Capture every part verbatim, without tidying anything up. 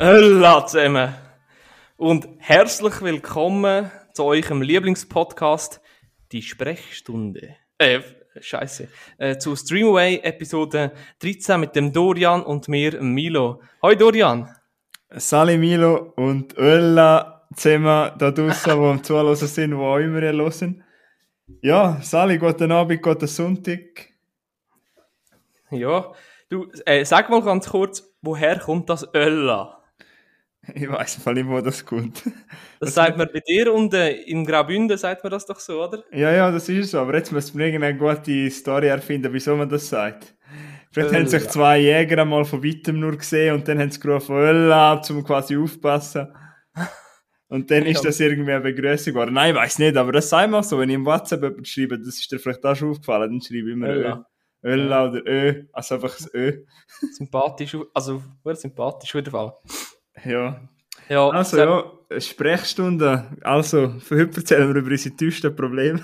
Hallo zusammen und herzlich willkommen zu eurem Lieblingspodcast, die Sprechstunde. Äh, scheiße. Äh, zu Streamaway Episode dreizehn mit dem Dorian und mir, Milo. Hoi Dorian. Sali Milo und Ölla zusammen da draussen, die am Zuhören sind, wo auch immer ihr hören. Ja, Sali, guten Abend, guten Sonntag. Ja, du, äh, sag mal ganz kurz, woher kommt das Ölla? Ich weiss nicht, wo das kommt. Das Was sagt man bei dir und äh, in Graubünden sagt man das doch so, oder? Ja, ja, das ist so. Aber jetzt müssen wir irgendeine gute Story erfinden, wieso man das sagt. Vielleicht Ölla. haben sich zwei Jäger einmal von weitem nur gesehen und dann haben sie gerufen, Ölla, um quasi aufpassen. Und dann ist Ja. das irgendwie eine Begrüßung geworden. Nein, ich weiss nicht, aber das sei mal so, wenn ich im WhatsApp jemand schreibe, das ist dir vielleicht auch schon aufgefallen, dann schreibe ich immer Ölla. Ö. Ölla oder Ö, also einfach das Ö. Sympathisch, also sehr sympathisch auf jeden Fall. Ja. Ja, Also sag- ja, eine Sprechstunde. Also, für heute erzählen wir über unsere tiefsten Probleme.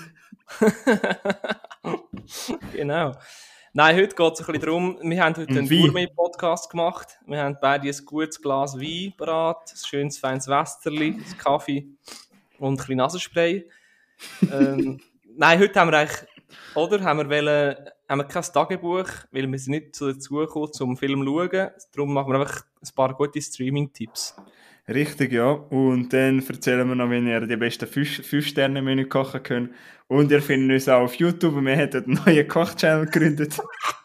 Genau. Nein, heute geht es ein bisschen darum, wir haben heute Um einen Wein. Gourmet-Podcast gemacht. Wir haben beide ein gutes Glas Wein parat, ein schönes, feines Westerli, ein Kaffee und ein bisschen Nasenspray. ähm, nein, heute haben wir eigentlich, oder, haben wir, wollen, haben wir kein Tagebuch, weil wir sind nicht so dazu gekommen, zum Film zu schauen. Darum machen wir einfach ein paar gute Streaming-Tipps. Richtig, ja. Und dann erzählen wir noch, wie ihr die besten fünf Sterne Menü kochen könnt. Und ihr findet uns auch auf YouTube. Und wir haben einen neuen Koch-Channel gegründet.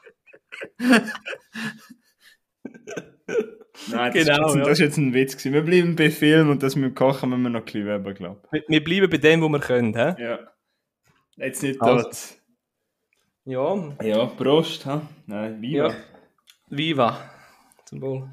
Nein, das, Genau, ist jetzt, ein- ja. das ist jetzt ein Witz gewesen. Wir bleiben bei Film und das mit dem Kochen müssen wir noch ein bisschen üben, glaube Wir, wir bleiben bei dem, was wir können. He? ich. Ja. Jetzt nicht Also. dort. Ja, Ja, Prost, ha? Nein, Viva. ja. Viva. Zum Wohl.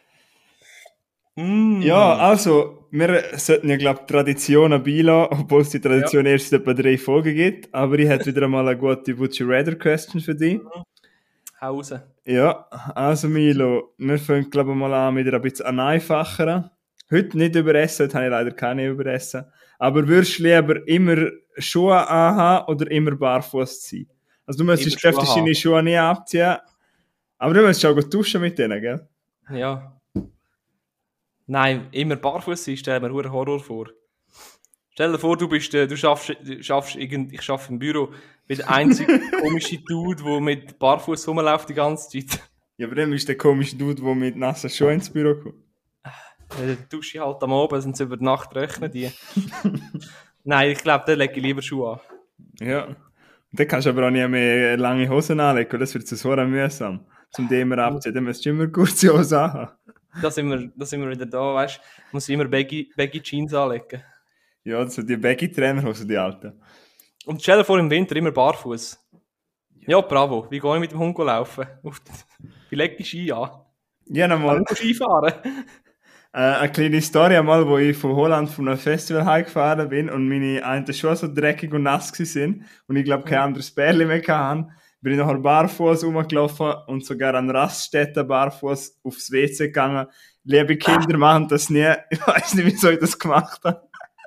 Mm. Ja, also, wir sollten ja, glaube ich, Traditionen beilassen, obwohl es die Tradition erst seit etwa drei Folgen gibt. Aber ich hätte wieder einmal eine gute Would You Rather Question für dich. Hause. Ja, also Milo, wir fangen, glaube ich, mal an mit ein bisschen an einfacheren. Heute nicht über Essen, heute habe ich leider keine über Essen. Aber würdest du lieber immer Schuhe anhaben oder immer barfuß sein? Also du müsstest Immer Schuhe dürftest deine Schuhe nie abziehen, aber du müsstest auch gut duschen mit denen, gell? Ja. Nein, immer barfuß sein, stell mir einen Horror vor. Stell dir vor, du bist, äh, du schaffst, du schaffst irgend, ich arbeite im Büro, bin der einzige komische Dude, der mit barfuß rumläuft die ganze Zeit. Ja, aber dann ist der komische Dude, der mit nassen Schuhen ins Büro kommt. Äh, Dusche halt am Abend, sonst über die Nacht rechnen die. Nein, ich glaube, dann lege ich lieber Schuhe an. Ja. Und dann kannst du aber auch nie mehr lange Hosen anlegen, weil das wird zu so mühsam. Zum die immer abziehen, dann müsstest du immer kurze Hosen anhaben. Da sind wir, da sind wir wieder da, weißt du, muss ich immer Baggy, Baggy Jeans anlegen. Ja, so die Baggy-Trainerhosen, die alten. Und stell dir vor, im Winter immer barfuß. Ja, bravo. Wie gehe ich mit dem Hund laufen? Auf die- Wie lege ich Ski an? Ja, nochmal Kann ich Skifahren? äh, eine kleine Story einmal, wo ich von Holland von einem Festival heimgefahren bin und meine einen Schuhe so dreckig und nass waren und ich glaube kein anderes Bärli mehr hatte, bin ich nachher barfuß rumgelaufen und sogar an Raststätten barfuß aufs W C gegangen. Liebe Kinder, machen das nie. Ich weiß nicht, wieso ich das gemacht habe.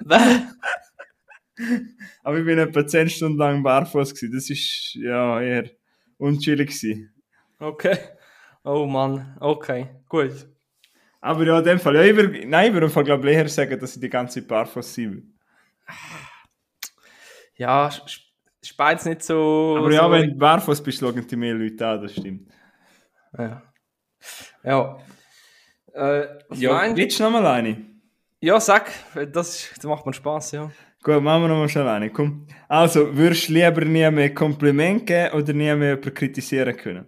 Aber ich bin etwa zehn Stunden lang barfuß gewesen. Das ist ja eher unchillig gewesen. Okay. Oh Mann. Okay. Gut. Aber ja, in dem Fall, ja, ich würde, nein, ich würde im Fall, glaube ich, eher sagen, dass ich die ganze Zeit barfuß sein will. Ja, ist ist beides nicht so. Aber so ja, wenn du barfuß bist, schauen die mehr Leute an, das stimmt. Ja. Ja. Äh, was Ja, meinst du? willst du noch mal eine? Ja, sag. Das, das macht mir Spaß, ja. Gut, machen wir noch mal schnell eine, komm. Also, würdest du lieber nie mehr Kompliment geben oder nie mehr jemanden kritisieren können?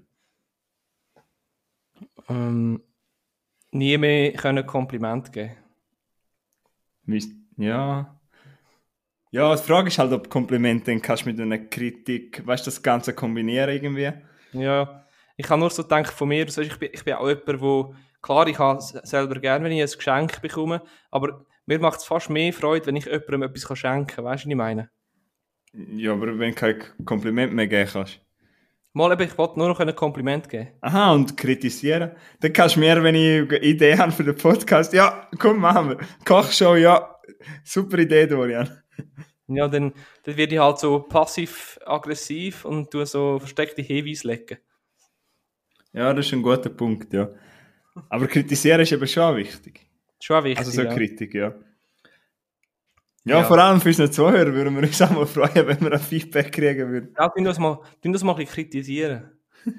Ähm, nie mehr können Kompliment geben. Weiss- Ja. Ja, die Frage ist halt, ob Kompliment dann kannst du mit einer Kritik, weißt du, das Ganze kombinieren irgendwie. Ja, ich habe nur so gedacht von mir, also ich, bin, ich bin auch jemand, wo, klar, ich habe es selber gerne, wenn ich ein Geschenk bekomme, aber mir macht es fast mehr Freude, wenn ich jemandem etwas schenken kann, weißt du, was ich meine? Ja, aber wenn du kein Kompliment mehr geben kannst. Mal eben, ich wollte nur noch ein Kompliment geben. Aha, und kritisieren. Dann kannst du mir, wenn ich eine Idee habe für den Podcast, ja, komm, machen wir. Kochshow, ja, super Idee, Dorian. Ja, dann, dann werde ich halt so passiv-aggressiv und tue so versteckte Hinweise legen. Ja, das ist ein guter Punkt, ja. Aber kritisieren ist eben schon wichtig. Schon wichtig, Also so ja. Kritik, ja. Ja, Ja. vor allem für unsere Zuhörer würden wir uns auch mal freuen, wenn wir ein Feedback kriegen würden. Ja, tun das mal, tun das mal ein bisschen kritisieren.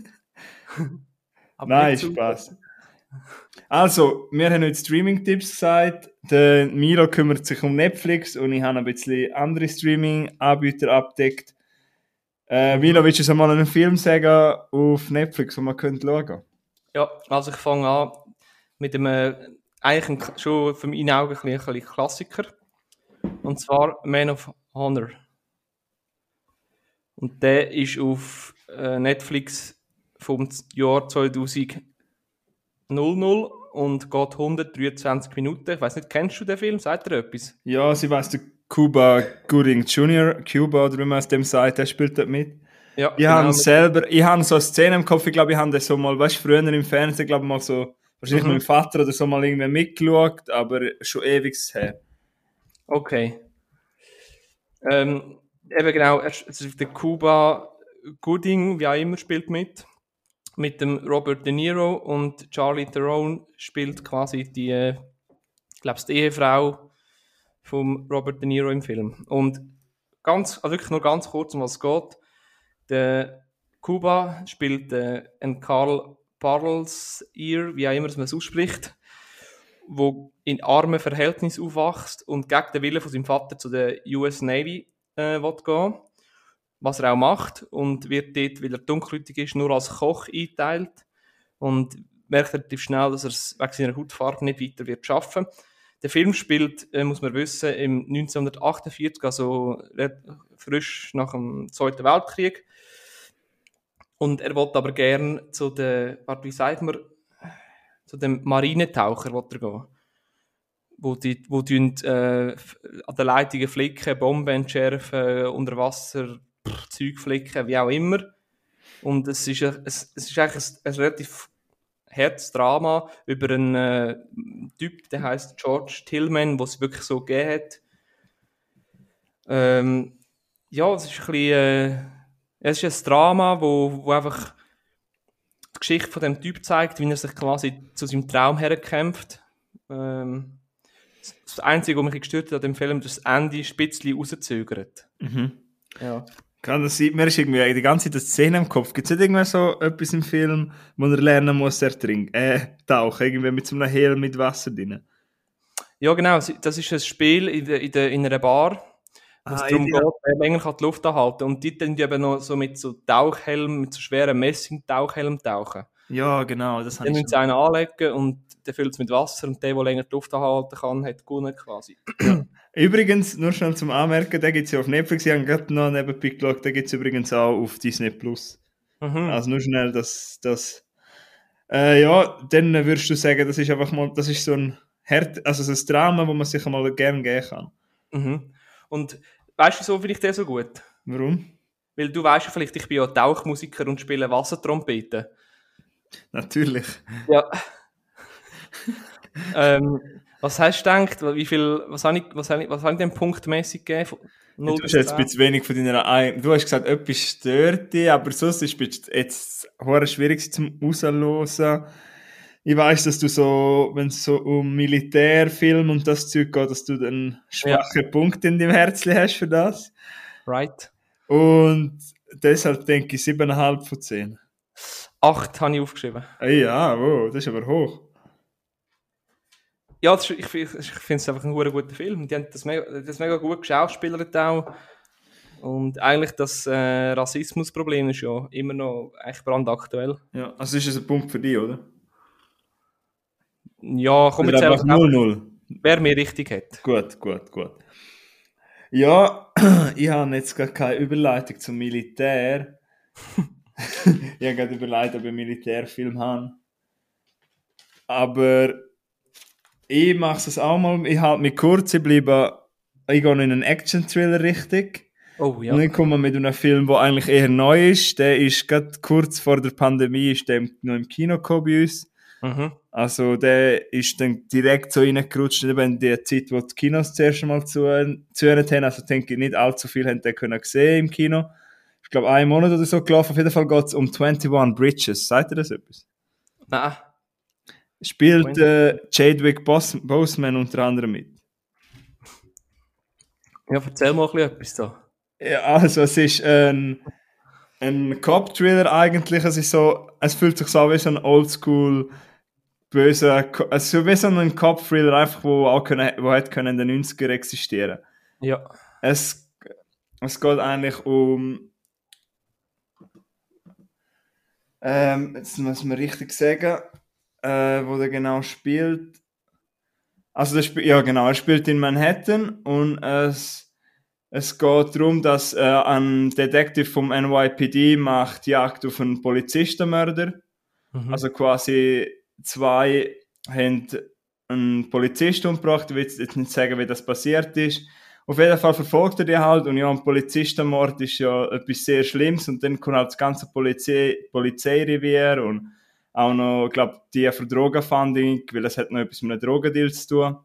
Aber Nein, nicht zu- Spaß. Also, wir haben heute Streaming-Tipps gesagt. Der Milo kümmert sich um Netflix und ich habe ein bisschen andere Streaming-Anbieter abdeckt. Äh, Milo, willst du uns einmal einen Film sagen auf Netflix, wo man könnte schauen? Ja, also ich fange an mit einem, eigentlich ein, schon für meine Augen ein bisschen, ein bisschen Klassiker. Und zwar Man of Honor. Und der ist auf äh, Netflix vom Jahr zweitausend und geht hundertdreiundzwanzig Minuten. Ich weiß nicht, kennst du den Film? Sagt er etwas? Ja, sie weiss, der Cuba Gooding Junior, Cuba, oder wie man es dem sagt, der spielt dort mit. Ja, Ich habe mit- selber, ich habe so eine Szene im Kopf, ich glaube, ich habe das so mal, weißt du, früher im Fernsehen, glaube ich, mal so, wahrscheinlich Mhm. mit meinem Vater oder so mal irgendwie mitgeschaut, aber schon ewig her. Okay. Ähm, eben genau, er- es ist der Cuba Gooding, wie auch immer, spielt mit. Mit dem Robert De Niro und Charlie Theron spielt quasi die, äh, ich glaube, die Ehefrau von Robert De Niro im Film. Und ganz, also wirklich nur ganz kurz, um was es geht. Der Cuba spielt äh, einen Karl Bartlesir, wie auch immer man es ausspricht, wo in armen Verhältnissen aufwächst und gegen den Willen von seinem Vater zu der U S Navy äh, will gehen, was er auch macht, und wird dort, weil er dunkelhäutig ist, nur als Koch eingeteilt und merkt relativ schnell, dass er es wegen seiner Hautfarbe nicht weiter wird schaffen. Der Film spielt, äh, muss man wissen, im neunzehnhundertachtundvierzig, also re- frisch nach dem Zweiten Weltkrieg. Und er wollte aber gern zu der, warte, wie sagt man, zu dem Marinetaucher will er gehen. Wo die, wo die äh, f- an den Leitungen flicken, Bomben entschärfen, unter Wasser pff, Zeug flicken, wie auch immer. Und es ist, ein- es, es ist eigentlich ein, ein relativ hartes Drama über einen äh, Typ, der heißt George Tillman, wo es wirklich so gegeben hat. Ähm, ja, es ist ein bisschen, äh, es ist ein Drama, wo, wo einfach die Geschichte von dem Typ zeigt, wie er sich quasi zu seinem Traum herkämpft. Ähm, das Einzige, was mich gestört hat an dem Film, ist, dass das Ende ein bisschen rauszögert. Mhm. Ja. Kann das sein? Mir ist irgendwie die ganze Zeit eine Szene im Kopf. Gibt es nicht irgendwie so etwas im Film, wo er lernen muss, er trinken, äh, tauchen, irgendwie mit so einem Helm mit Wasser drin? Ja, genau. Das ist ein Spiel in, der, in, der, in einer Bar, wo es Ah, darum ja. geht, wer länger kann die Luft anhalten. Und die dann eben noch so mit so Tauchhelm, mit so schweren Messing-Tauchhelm tauchen. Ja, genau, das habe Dann ich müssen sie einen anlegen und der füllt es mit Wasser und der, der länger die Luft anhalten kann, hat gewonnen quasi. Übrigens, nur schnell zum Anmerken, den gibt es ja auf Netflix, ich habe gerade noch nebenbei geschaut, den gibt es übrigens auch auf Disney Plus. Mhm. Also nur schnell, dass das... Äh, ja, dann würdest du sagen, das ist einfach mal, das ist so ein Herd, also so ein Drama, wo man sich mal gerne geben kann. Mhm. Und weißt du, wieso finde ich den so gut? Warum? Weil du weißt ja vielleicht, ich bin ja Tauchmusiker und spiele Wassertrompete. Natürlich. Ja. ähm, was hast du gedacht? Wie viel, was habe ich, was habe ich, was habe ich denn punktmäßig gegeben? Von null Du bis hast jetzt ein zehn? bisschen wenig von deiner ein Du hast gesagt, etwas stört dich, aber sonst ist es jetzt hure schwierig zum Rauslösen. Ich weiss, dass du so, wenn es so um Militärfilm und das Zeug geht, dass du dann schwache Punkte in deinem Herzchen hast für das. Right. Und deshalb denke ich sieben Komma fünf von zehn. acht habe ich aufgeschrieben. Ah, ja, wow, das ist aber hoch. Ja, das ist, ich, ich, ich finde es einfach ein hure guter Film. Die haben das mega, das mega gut geschauspielert auch. Und eigentlich das äh, Rassismusproblem ist ja immer noch eigentlich brandaktuell. Ja, also ist es ein Punkt für dich, oder? Ja, komm jetzt Oder einfach, einfach null null. wer mir richtig hat. Gut, gut, gut. Ja, ich habe jetzt gar keine Überleitung zum Militär. Ich habe gerade überlegt, ob ich einen Militärfilm habe. Aber ich mache es auch mal. Ich halte mich kurz, ich bleibe. Ich gehe in einen Action-Thriller richtig. Oh ja. Und dann kommen wir mit einem Film, der eigentlich eher neu ist. Der ist gerade kurz vor der Pandemie ist der noch im Kino gekommen bei uns. Mhm. Also der ist dann direkt so reingerutscht, eben in die Zeit, wo die Kinos zuerst einmal zu, zu haben. Also denke ich, nicht allzu viel haben den können sehen im Kino. Ich glaube, einen Monat oder so gelaufen. Auf jeden Fall geht es um einundzwanzig Bridges. Sagt ihr das etwas? Nein. spielt äh, Chadwick Bos- Boseman unter anderem mit. Ja, erzähl mal ein bisschen etwas da. Ja, also es ist ein, ein Cop-Thriller eigentlich. Es ist so, es fühlt sich so an wie so ein Oldschool böser, Co- also wie so ein Cop-Thriller einfach, wo auch können, wo hätte können in den neunziger existieren. Ja. Es, es geht eigentlich um ähm, jetzt muss man richtig sagen, äh, wo der genau spielt. Also der spielt, ja genau, er spielt in Manhattan und es, es geht darum, dass äh, ein Detective vom N Y P D macht Jagd auf einen Polizistenmörder. Mhm. Also quasi zwei haben einen Polizisten umgebracht, ich will jetzt nicht sagen, wie das passiert ist. Auf jeden Fall verfolgt er die halt und ja, ein Polizistenmord ist ja etwas sehr Schlimmes und dann kommt halt das ganze Polizei, Polizeirevier und auch noch, ich glaube, die für Drogenfunding, weil das hat noch etwas mit einem Drogendeal zu tun.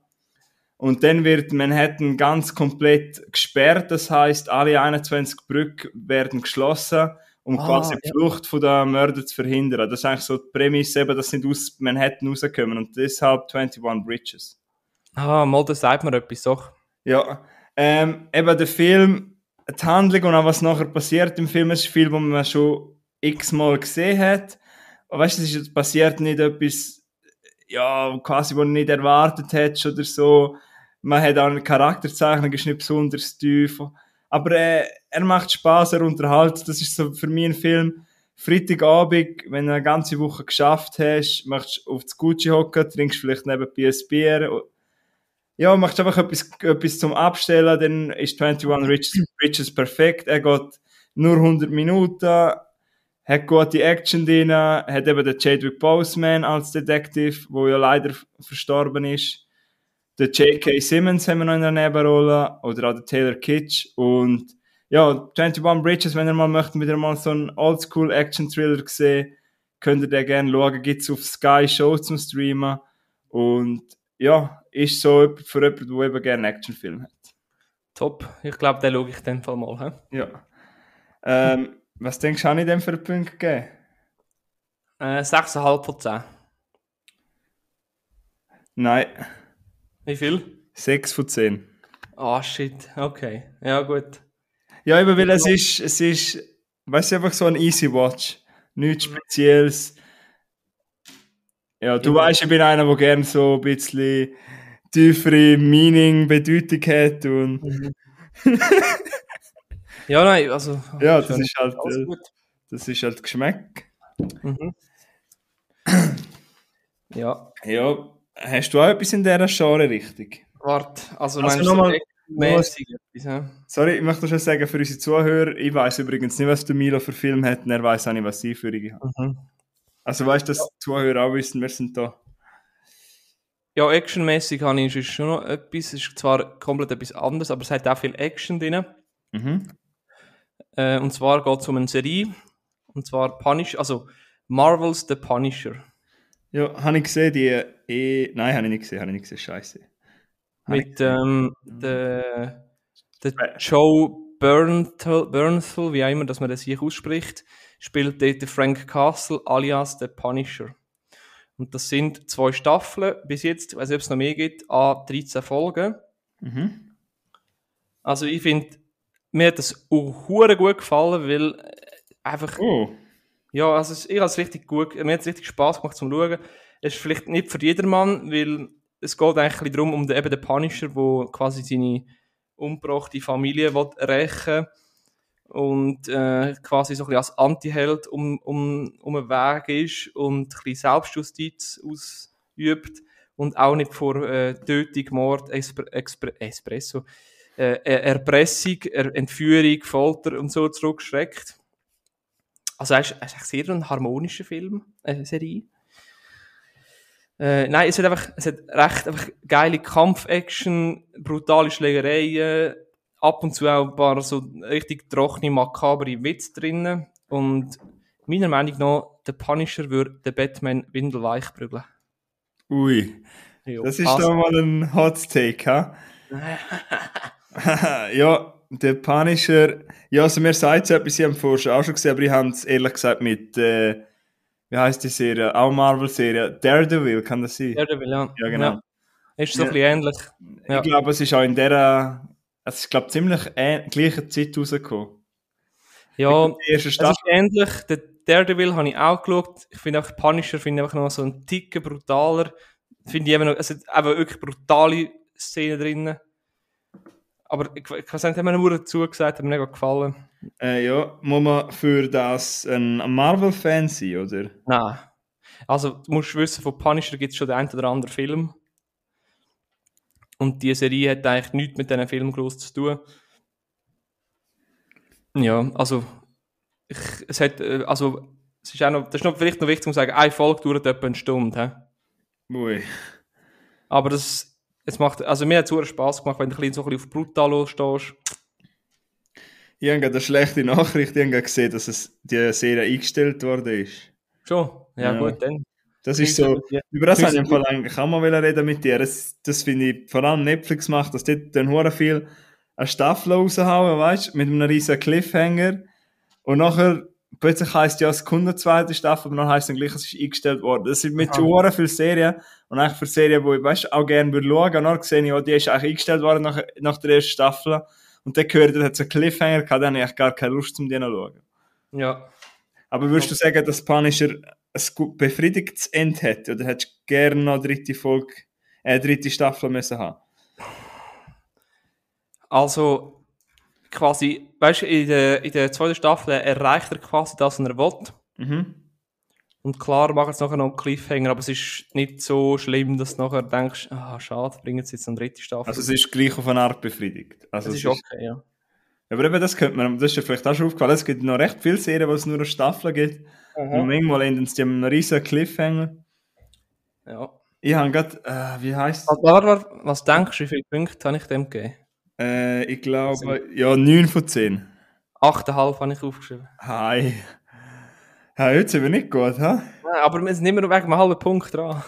Und dann wird Manhattan ganz komplett gesperrt, das heißt, alle einundzwanzig Brücken werden geschlossen, um Ah, quasi die ja. Flucht von der Mörder zu verhindern. Das ist eigentlich so die Prämisse, eben, dass sie nicht aus Manhattan rauskommen und deshalb einundzwanzig Bridges. Ah, mal, das sagt mir etwas, doch. Ja, ähm, eben der Film, die Handlung und auch was nachher passiert im Film, ist viel, was man schon x-mal gesehen hat. Aber weißt du, es ist passiert nicht etwas, ja, quasi, was du nicht erwartet hättest oder so. Man hat auch eine Charakterzeichnung, ist nicht besonders tief. Aber äh, er macht Spaß, er unterhält. Das ist so für mich ein Film. Freitagabend, wenn du eine ganze Woche geschafft hast, machst du auf das Gucci hocken, trinkst vielleicht nebenbei ein Bier. Ja, machst einfach etwas, etwas zum Abstellen, dann ist einundzwanzig Riches, Riches perfekt. Er geht nur hundert Minuten, hat gute Action drin, hat eben den Chadwick Boseman als Detective, wo ja leider verstorben ist. Den J K. Simmons haben wir noch in der Nebenrolle, oder auch den Taylor Kitsch. Und ja, einundzwanzig Bridges, wenn ihr mal möchtet, wieder mal so einen Oldschool-Action-Thriller sehen, könnt ihr den gerne schauen. Gibt es auf Sky Show zum Streamen. Und ja, ist so für jemanden, der eben gerne einen Actionfilm hat. Top. Ich glaube, den schaue ich in dem Fall mal. He? Ja. Ähm, was denkst du, habe ich dem für einen Punkt gegeben? Äh, sechs Komma fünf von zehn. Nein, Wie viel? sechs von zehn. Ah, shit. Okay. Ja, gut. Ja, eben, weil es ist, es ist, weißt du, einfach so ein Easy Watch. Nichts Spezielles. Ja, du Ja. weißt, ich bin einer, der gerne so ein bisschen tiefere Meaning, Bedeutung hat und Mhm. Ja, nein, also... ja, das schön. ist halt, Alles äh, gut. das ist halt Geschmack. Mhm. Ja. Ja, hast du auch etwas in dieser Genre richtig? Warte, also, Also meinst du nochmal- so mäßig etwas, hä? Sorry, ich möchte schon sagen, für unsere Zuhörer, ich weiß übrigens nicht, was der Milo für Film hat, und er weiß auch nicht, was ich für ihn habe. Mhm. Also weißt du, dass die Zuhörer auch wissen, wir sind da. Ja, actionmäßig habe ich sonst schon noch etwas. Es ist zwar komplett etwas anderes, aber es hat auch viel Action drin. Mhm. Äh, und zwar geht es um eine Serie. Und zwar Punisher, also Marvel's The Punisher. Ja, habe ich gesehen, die eh. Nein, habe ich nicht gesehen, habe ich nicht gesehen, scheiße. Habe ich Mit gesehen. ähm, der, der Joe Bernthal, Bernthal, wie auch immer, dass man das hier ausspricht, spielt dort der Frank Castle alias The Punisher. Und das sind zwei Staffeln bis jetzt, ich weiß nicht, ob es noch mehr gibt, an dreizehn Folgen. Mhm. Also ich finde, mir hat das auch hure gut gefallen, weil äh, einfach, Oh. ja, also es, ich habe es richtig gut, mir hat es richtig Spaß gemacht zum Schauen. Es ist vielleicht nicht für jedermann, weil es geht eigentlich ein bisschen darum, um den, eben den Punisher, der quasi seine umgebrachte Familie will rächen und äh, quasi so ein bisschen als Anti-Held um, um, um den Weg ist und ein bisschen Selbstjustiz ausübt und auch nicht vor äh, Tötung, Mord, Espre Expre Espresso, äh, Erpressung, er Entführung, Folter und so zurückschreckt. Also es ist, es ist ein sehr ein harmonischer Film, eine Serie. Äh, nein, es hat einfach, es hat recht einfach geile Kampf-Action, brutale Schlägereien, ab und zu auch ein paar so richtig trockene, makabre Witze drinnen. Und meiner Meinung nach, der Punisher würde den Batman windelweich prügeln. Ui. Jo. Das ist Also- doch mal ein Hot Take, ha? Ja, der Punisher. Ja, also mir sagt es etwas, ich habe vorher auch schon gesehen, aber ich habe es ehrlich gesagt mit, äh, wie heißt die Serie? Auch Marvel-Serie. Daredevil, kann das sein? Daredevil, ja. Ja, genau. Ja. Ist so Ja. ein bisschen ähnlich. Ja. Ich glaube, es ist auch in der, es ist, glaube ziemlich äh, gleicher Zeit rausgekommen. Ja, Die erste es Staffel. ist ähnlich. Der Daredevil habe ich auch geschaut. Ich finde auch Punisher finde ich einfach noch so einen Ticken brutaler. Finde ich eben noch, es hat eben wirklich brutale Szenen drin. Aber ich, ich weiß nicht, haben wir nur dazu gesagt, hat mir nicht gefallen. Äh, ja, muss man für das ein Marvel-Fan sein, oder? Nein. Also, du musst wissen, von Punisher gibt es schon den einen oder anderen Film. Und die Serie hat eigentlich nichts mit diesen Film groß zu tun. Ja, also, ich, es hat, äh, also, es ist auch noch, das ist noch vielleicht noch wichtig zu sagen, eine Folge dauert etwa eine Stunde. He? Ui. Aber das, es macht, also mir hat es super Spass gemacht, wenn du ein bisschen so ein bisschen auf brutal losstehst. Ich habe gerade eine schlechte Nachricht, ich habe gerade gesehen, dass es die Serie eingestellt worden ist. Schon? Ja, Ja. gut, dann. Das ist so, über das habe ich im Fall eigentlich auch mal reden mit dir. Das, das finde ich, vor allem Netflix macht, dass dort dann hure viel eine Staffel raushauen, weißt du, mit einem riesen Cliffhanger. Und nachher, plötzlich heisst ja, es kommt eine zweite Staffel, aber dann heisst es dann gleich, es ist eingestellt worden. Das sind mit hure viele Serien. Und eigentlich für Serien, die ich, weißt du, auch gerne würde schauen. Und dann sehe ich, ja, die ist eigentlich eingestellt worden nach, nach der ersten Staffel. Und dann gehört, da hat es einen Cliffhanger gehabt, dann habe ich eigentlich gar keine Lust, um den zu schauen. Ja. Aber würdest du sagen, dass Punisher ein gut befriedigtes Ende hätte? Oder hättest du gerne noch eine dritte Folge, äh, dritte Staffel müssen haben? Also, quasi, weißt du, in der, in der zweiten Staffel erreicht er quasi das, was er will. Mhm. Und klar macht es nachher noch einen Cliffhanger, aber es ist nicht so schlimm, dass du nachher denkst, ah, schade, bringen sie jetzt eine dritte Staffel. Also es ist gleich auf eine Art befriedigt. Also es ist okay, ja. Aber eben, das könnte man, das ist ja vielleicht auch schon aufgefallen, es gibt noch recht viele Serien, wo es nur eine Staffel gibt. Aha. Und manchmal enden sie mit einem riesen Cliffhanger. Ja. Ich habe gerade, äh, wie heisst es? Warte, warte, was denkst du, wie viele Punkte habe ich dem gegeben? Äh, ich glaube, ja, neun von zehn. acht Komma fünf habe ich aufgeschrieben. Hi. Ja, heute sind wir nicht gut, hä? Nein, aber wir sind immer noch wegen einem halben Punkt dran.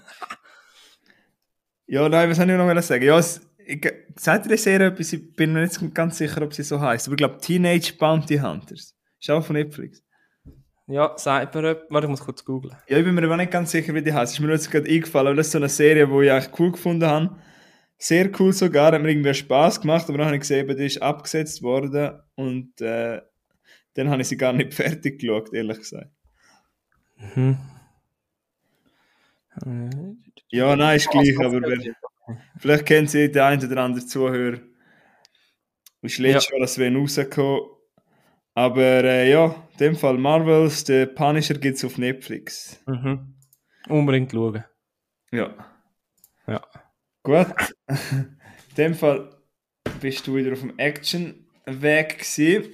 Ja, nein, was soll ich noch sagen? Ja, es, ich, sagt ihr die Serie etwas? Ich bin mir nicht ganz sicher, ob sie so heisst. Aber ich glaube, Teenage Bounty Hunters. Ist auch von Netflix. Ja, sagt mir etwas. Warte, ich muss kurz googlen. Ja, ich bin mir aber nicht ganz sicher, wie die heißt. Ist mir jetzt gerade eingefallen, aber das ist so eine Serie, die ich eigentlich cool gefunden habe. Sehr cool sogar, hat mir irgendwie Spass gemacht, aber dann habe ich gesehen, die ist abgesetzt worden und äh, dann habe ich sie gar nicht fertig geschaut, ehrlich gesagt. Mhm. Ja, nein, ist gleich, aber wer, vielleicht kennen Sie den einen oder anderen Zuhörer. Ist letztes Jahr das Sven rausgekommen. Aber äh, ja, in dem Fall Marvels, der Punisher gibt es auf Netflix. Mhm. Unbedingt schauen. Ja. Ja. Gut. In dem Fall bist du wieder auf dem Action-Weg gewesen.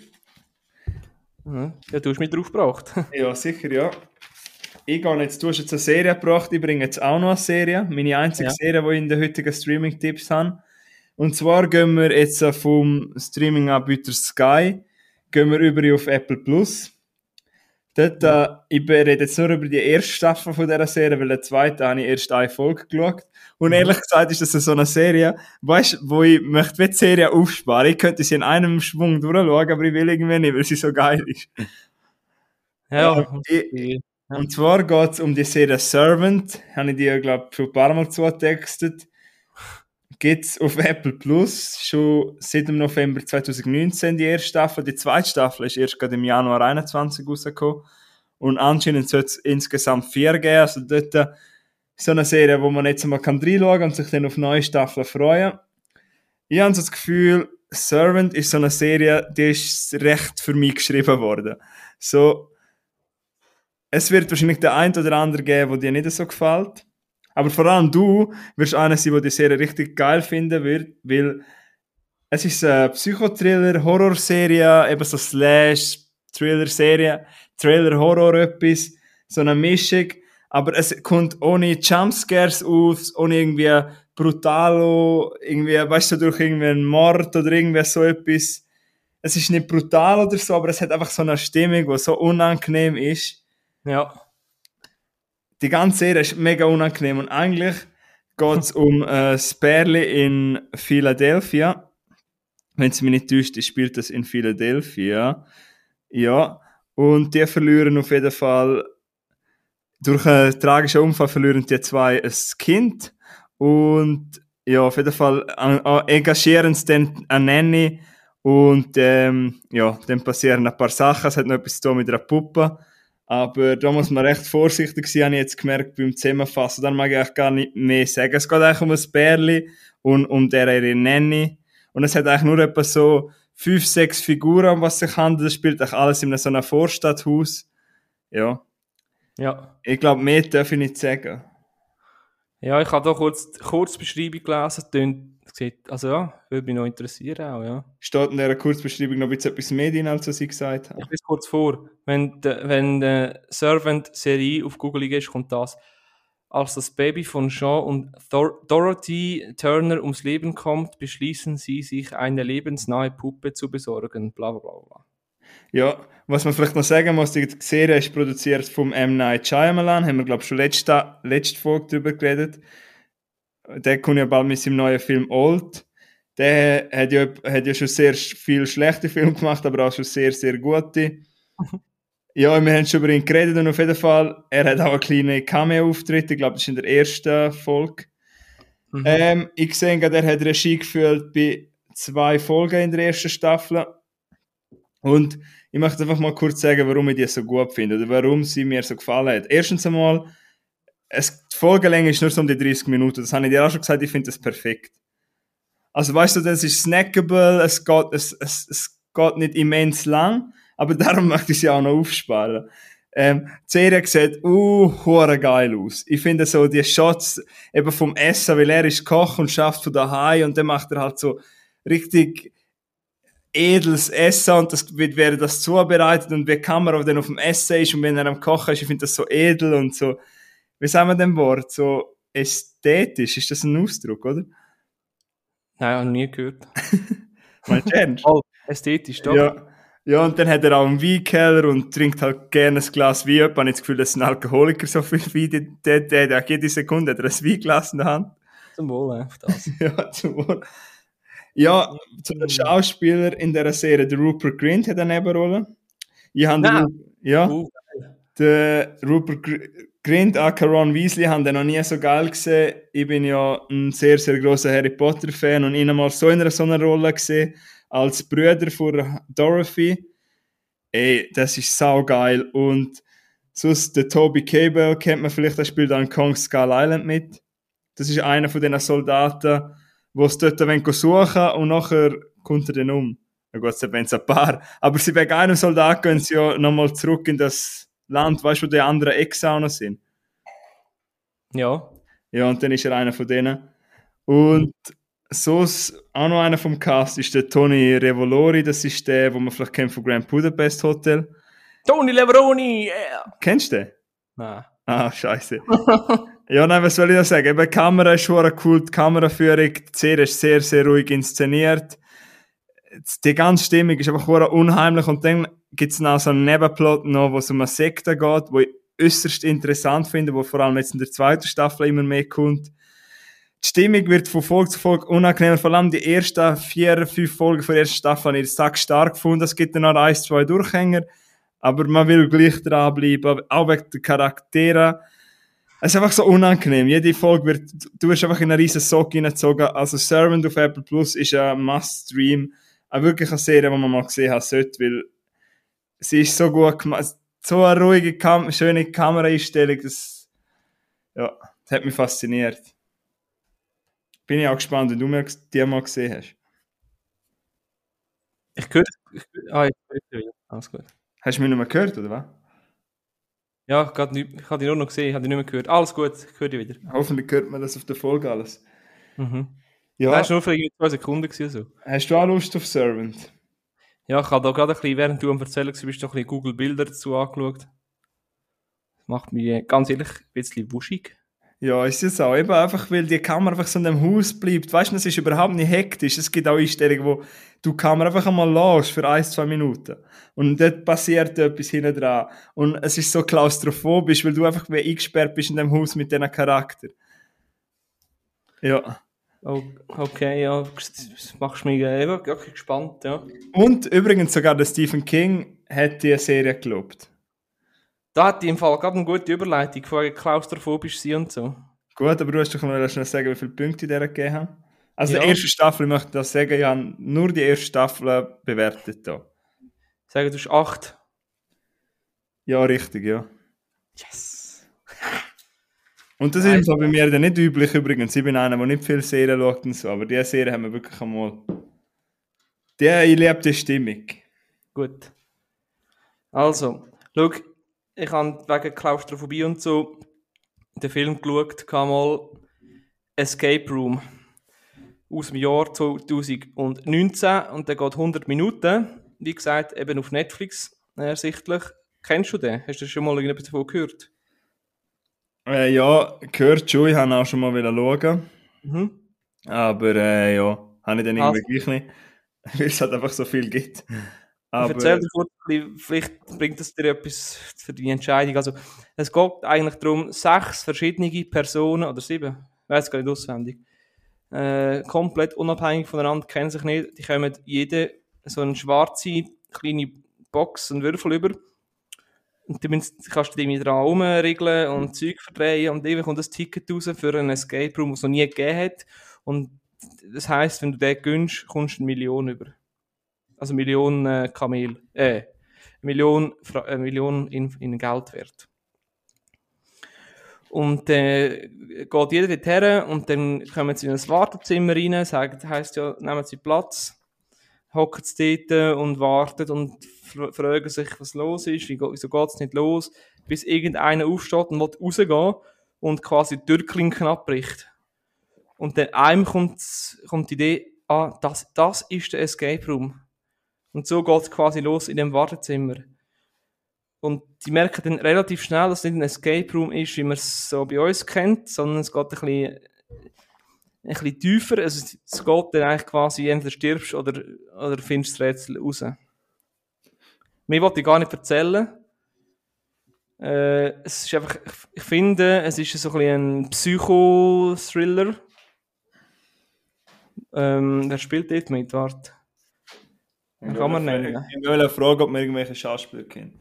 Mhm. Ja, du hast mich drauf gebracht. Ja, sicher, ja. Ich gehe jetzt, du hast jetzt eine Serie gebracht, ich bringe jetzt auch noch eine Serie. Meine einzige ja. Serie, die ich in den heutigen Streaming-Tipps habe. Und zwar gehen wir jetzt vom Streaming-Anbieter Sky gehen wir über auf Apple Plus. Dort, äh, ich rede jetzt nur über die erste Staffel von dieser Serie, weil der zweite habe ich erst eine Folge geschaut. Und ehrlich gesagt ist das so eine Serie, weißt, wo ich möchte die Serie aufsparen. Ich könnte sie in einem Schwung durchschauen, aber ich will irgendwie nicht, weil sie so geil ist. Ja. Ähm, ich, ja. Und zwar geht es um die Serie Servant. Habe ich dir, glaube ich, schon ein paar Mal zugetextet. Gibt es auf Apple Plus schon seit dem November zwanzig neunzehn die erste Staffel. Die zweite Staffel ist erst gerade im Januar einundzwanzig rausgekommen. Und anscheinend soll es insgesamt vier geben. Also dort äh, so eine Serie, wo man jetzt mal reinschauen kann und sich dann auf neue Staffeln freuen. Ich habe so das Gefühl, Servant ist so eine Serie, die ist recht für mich geschrieben worden. So, es wird wahrscheinlich der ein oder andere geben, der dir nicht so gefällt. Aber vor allem du wirst einer sein, der die Serie richtig geil finden wird, weil es ist eine Psychothriller, Horrorserie, eben so Slash, Thriller-Serie, Thriller-Horror etwas, so eine Mischung, aber es kommt ohne Jumpscares aus, ohne irgendwie brutalo, irgendwie, weißt du, durch irgendwie einen Mord oder irgendwie so etwas. Es ist nicht brutal oder so, aber es hat einfach so eine Stimmung, die so unangenehm ist. Ja. Die ganze Serie ist mega unangenehm und eigentlich geht es um ein Pärli in Philadelphia. Wenn es mich nicht täuscht, spielt das in Philadelphia. Ja, und die verlieren auf jeden Fall durch einen tragischen Unfall verlieren die zwei ein Kind und ja, auf jeden Fall äh, engagieren sie dann eine Nanny und ähm, ja, dann passieren ein paar Sachen, es hat noch etwas zu tun mit einer Puppe, aber da muss man recht vorsichtig sein, habe ich jetzt gemerkt beim Zusammenfassen, dann mag ich eigentlich gar nicht mehr sagen. Es geht eigentlich um ein Bärli und um der ihre Nanny und es hat eigentlich nur etwa so fünf, sechs Figuren, um was sich handelt, das spielt eigentlich alles in so einem Vorstadthaus, ja. Ja. Ich glaube, mehr darf ich nicht sagen. Ja, ich habe da kurz die Kurzbeschreibung gelesen. Tönt, sieht, also ja, würde mich noch interessieren auch, ja. Steht in dieser Kurzbeschreibung noch ein bisschen etwas mehr drin, als was ich gesagt habe? Ich lese kurz vor. Wenn de, wenn die Servant-Serie auf Google ist, kommt das. Als das Baby von Sean und Thor- Dorothy Turner ums Leben kommt, beschließen sie, sich eine lebensnahe Puppe zu besorgen. Bla bla bla bla. Ja, was man vielleicht noch sagen muss, die Serie ist produziert vom M. Night Shyamalan, haben wir glaube ich schon letzte, letzte Folge darüber geredet. Der kommt ja bald mit seinem neuen Film Old. Der hat ja, hat ja schon sehr viele schlechte Filme gemacht, aber auch schon sehr, sehr gute. Ja, wir haben schon über ihn geredet und auf jeden Fall, er hat auch einen kleinen Cameo-Auftritt, ich glaube, das ist in der ersten Folge. Mhm. Ähm, ich sehe gerade, er hat Regie geführt bei zwei Folgen in der ersten Staffel. Und ich möchte einfach mal kurz sagen, warum ich die so gut finde oder warum sie mir so gefallen hat. Erstens einmal, es, die Folgenlänge ist nur so um die dreißig Minuten. Das habe ich dir auch schon gesagt, ich finde das perfekt. Also weißt du, das ist snackable, es geht, es, es, es geht nicht immens lang, aber darum möchte ich sie auch noch aufsparen. Ähm, die Serie sieht uh, hure geil aus. Ich finde so die Shots eben vom Essen, weil er ist Koch und schafft von daheim und dann macht er halt so richtig edles Essen und das wird während das zubereitet und wie die Kamera dann auf dem Essen ist und wenn er am Kochen ist, ich finde das so edel und so, wie sagen wir dem Wort, so ästhetisch, ist das ein Ausdruck, oder? Nein, habe ich nie gehört. Meinst du ernst? Oh, ästhetisch, doch. Ja. Ja, und dann hat er auch einen Weinkeller und trinkt halt gerne ein Glas Wein. Ich habe nicht das Gefühl, dass ein Alkoholiker so viel Wein, der, der, der, jede Sekunde hat er ein Weinglas in der Hand. Zum Wohl, auf das. Ja, zum Wohl. Ja, zu den Schauspieler in dieser Serie, der Rupert Grint hat eine Nebenrolle. Ich habe den, ja, uh, der Rupert Grint, aka Ron Weasley, habe den noch nie so geil gesehen. Ich bin ja ein sehr, sehr grosser Harry Potter-Fan und ihn mal so in einer so einer Rolle gesehen, als Brüder von Dorothy. Ey, das ist saugeil. Und sonst, der Toby Cable kennt man vielleicht, der spielt an Kong Skull Island mit. Das ist einer von diesen Soldaten, die es dort suchen und nachher kommt er dann um. Na gut, es sind ein paar. Aber sie wegen einem Soldat gehen sie ja nochmal zurück in das Land, weißt du, wo die anderen Ex auch noch sind. Ja. Ja, und dann ist er einer von denen. Und so auch noch einer vom Cast ist der Tony Revolori, das ist der, den man vielleicht kennt von Grand Budapest Hotel. Tony Leveroni, yeah! Kennst du den? Nein. Ah, scheiße. Ja, nein, was soll ich da sagen? Eben, die Kamera ist schon cool, die Kameraführung, die Serie ist sehr, sehr ruhig inszeniert. Die ganze Stimmung ist einfach unheimlich und dann gibt es noch so einen Nebenplot, noch, wo es um eine Sekte geht, wo ich äußerst interessant finde, wo vor allem jetzt in der zweiten Staffel immer mehr kommt. Die Stimmung wird von Folge zu Folge unangenehmer, vor allem die ersten vier, fünf Folgen von der ersten Staffel habe ich das stark gefunden, es gibt dann noch ein, zwei Durchhänger, aber man will gleich dranbleiben, auch wegen der Charaktere. Es ist einfach so unangenehm. Jede Folge wird, du wirst einfach in eine riesen Socke hineingezogen. Also Servant auf Apple Plus ist ein Must-Stream. Auch wirklich eine Serie, die man mal gesehen haben sollte, weil sie ist so gut gemacht. So eine ruhige, Kam- schöne Kameraeinstellung, das, ja, das hat mich fasziniert. Bin ich auch gespannt, wenn du mir die mal gesehen hast. Ich höre es. Ah, ich höre es wieder. Alles gut. Hast du mich nicht mehr gehört, oder was? Ja, ich, nicht, ich habe dich nur noch gesehen, ich habe dich nicht mehr gehört. Alles gut, ich höre dich wieder. Hoffentlich hört man das auf der Folge alles. Mhm. Ja. Das war nur für zwei Sekunden. Gewesen, so. Hast du auch Lust auf Servant? Ja, ich habe da gerade ein bisschen, während du am Erzählen warst, bist du ein bisschen Google Bilder dazu angeschaut. Das macht mich ganz ehrlich ein bisschen wuschig. Ja, ist es auch. Eben einfach, weil die Kamera einfach so in dem Haus bleibt. Weißt du, es ist überhaupt nicht hektisch. Es gibt auch Einstellungen, wo du die Kamera einfach einmal lässt für ein, zwei Minuten. Und dort passiert etwas hinten dran. Und es ist so klaustrophobisch, weil du einfach wie eingesperrt bist in dem Haus mit diesem Charakter. Ja. Oh, okay, ja. Das machst mich eben okay, gespannt, ja. Und übrigens sogar der Stephen King hat die Serie gelobt. Da hat die im Fall gerade eine gute Überleitung von klaustrophobisch sein und so. Gut, aber du hast doch noch schnell sagen, wie viele Punkte ich dir gegeben habe. Also Ja. die erste Staffel, ich möchte das sagen, ich habe nur die erste Staffel bewertet da. Sagen du hast acht. Ja, richtig, ja. Yes! Und das ist bei mir dann nicht üblich übrigens. Ich bin einer, der nicht viele Serien schaut und so, aber diese Serie haben wir wirklich einmal... Die, ich liebe die Stimmung. Gut. Also, schau, ich habe wegen Klaustrophobie und so den Film geschaut, kam mal Escape Room aus dem Jahr zwanzig neunzehn und der geht hundert Minuten. Wie gesagt, eben auf Netflix ersichtlich. Kennst du den? Hast du schon mal irgendetwas davon gehört? Äh, ja, gehört schon, ich habe auch schon mal schauen. Mhm. Aber äh, ja, habe ich dann irgendwie Also. gleich nicht, weil es halt einfach so viel gibt. Aber, Erzähl dir kurz, vielleicht bringt es dir etwas für die Entscheidung. Also, es geht eigentlich darum, sechs verschiedene Personen, oder sieben, ich weiß gar nicht auswendig, äh, komplett unabhängig voneinander, kennen sich nicht, die kommen jede so eine schwarze kleine Box, einen Würfel über. Und dann kannst du die mit dran rumregeln und Zeug verdrehen und dann kommt ein Ticket raus für einen Escape Room, den es noch nie gegeben hat. Und das heisst, wenn du den gönnst, kommst du eine Million über. Also Million äh, Kamel, äh, Million, Fra- äh, Million in, in Geld wert. Und äh, geht jeder dorthin und dann kommen sie in ein Wartezimmer rein, sagen, das heisst ja, nehmen sie Platz, hocken sie dort und warten und fra- fragen sich, was los ist, wie, wieso geht es nicht los, bis irgendeiner aufsteht und will rausgehen und quasi die Türklinken abbricht. Und dann einem kommt, kommt die Idee, ah, das, das ist der Escape Room. Und so geht es quasi los in dem Wartezimmer. Und die merken dann relativ schnell, dass es nicht ein Escape Room ist, wie man es so bei uns kennt, sondern es geht ein bisschen, ein bisschen tiefer. Also es geht dann eigentlich quasi, entweder stirbst oder, oder findest das Rätsel raus. Mehr wollte ich gar nicht erzählen. Äh, es ist einfach, ich finde, es ist so ein bisschen ein Psycho-Thriller. Ähm, wer spielt dort mit? Warte. Den kann man nennen. Ich will fragen, ob man irgendwelche Schauspieler kennt.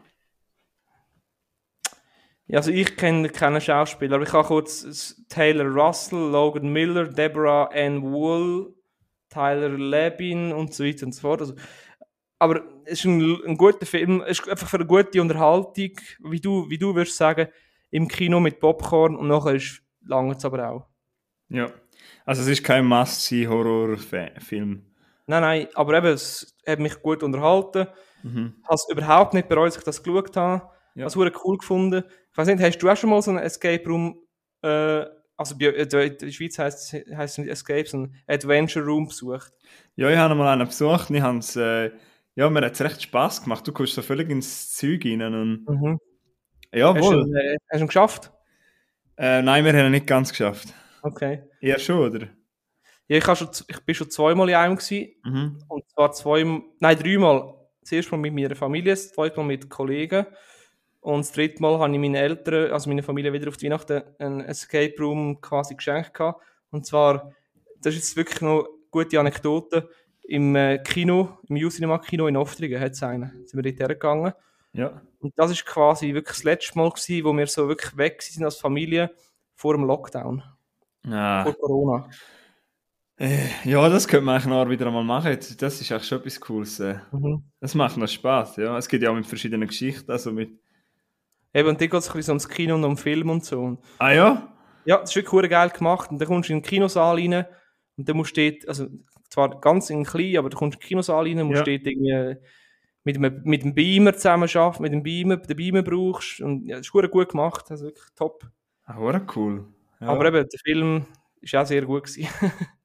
Ja, also ich kenne keinen Schauspieler, aber ich habe kurz Taylor Russell, Logan Miller, Deborah Ann Wool, Tyler Labine und so weiter und so fort. Also, aber es ist ein, ein guter Film, es ist einfach für eine gute Unterhaltung, wie du, wie du würdest sagen, im Kino mit Popcorn und nachher ist lange es aber auch. Ja, also es ist kein Must-See-Horror-Film. Nein, nein, aber eben, es hat mich gut unterhalten. Mhm. Ich habe es überhaupt nicht bereut, dass ich das geschaut habe. Ja. Ich habe es cool gefunden. Ich weiß nicht, hast du auch schon mal so einen Escape Room, äh, also bei, in der Schweiz heisst es heisst nicht Escape, sondern Adventure Room besucht? Ja, ich habe mal einen besucht und ich habe es, äh, ja, mir hat es recht Spass gemacht. Du kommst so völlig ins Zeug rein und... Mhm. Ja, Hast du, wohl. ihn, äh, hast du ihn geschafft? Äh, nein, wir haben ihn nicht ganz geschafft. Okay. Eher schon, oder? Ja, ich, habe schon, ich bin schon zweimal in einem gewesen. Mhm. Und zwar zweimal, nein, dreimal. Das erste Mal mit meiner Familie, das zweite Mal mit Kollegen. Und das dritte Mal habe ich meinen Eltern, also meine Familie, wieder auf die Weihnachten einen Escape Room quasi geschenkt gehabt. Und zwar, das ist jetzt wirklich noch eine gute Anekdote, im äh, Kino, im U-Cinema-Kino in Oftringen hat es einen. Da sind wir dort hergegangen. Ja. Und das ist quasi wirklich das letzte Mal gewesen, wo wir so wirklich weg sind als Familie vor dem Lockdown. Ah. Vor Corona. Äh, ja, das könnte man eigentlich noch wieder einmal machen. Das ist eigentlich schon etwas Cooles. Äh. Mhm. Das macht noch Spaß, ja. Es gibt ja auch mit verschiedenen Geschichten, also mit... Eben, und dann geht es ein bisschen ums Kino und um Film und so. Und Ah ja? ja, das ist wirklich verdammt geil gemacht. Und dann kommst du in den Kinosaal rein und dann musst du dort, also zwar ganz in klein, aber du kommst in den Kinosaal rein und musst Ja. dort irgendwie mit dem, mit dem Beamer zusammen arbeiten, mit dem Beamer, den Beamer brauchst. Und ja, das ist verdammt gut gemacht, also wirklich top. Ah, hure cool. Ja. Aber eben, der Film ist auch sehr gut gewesen.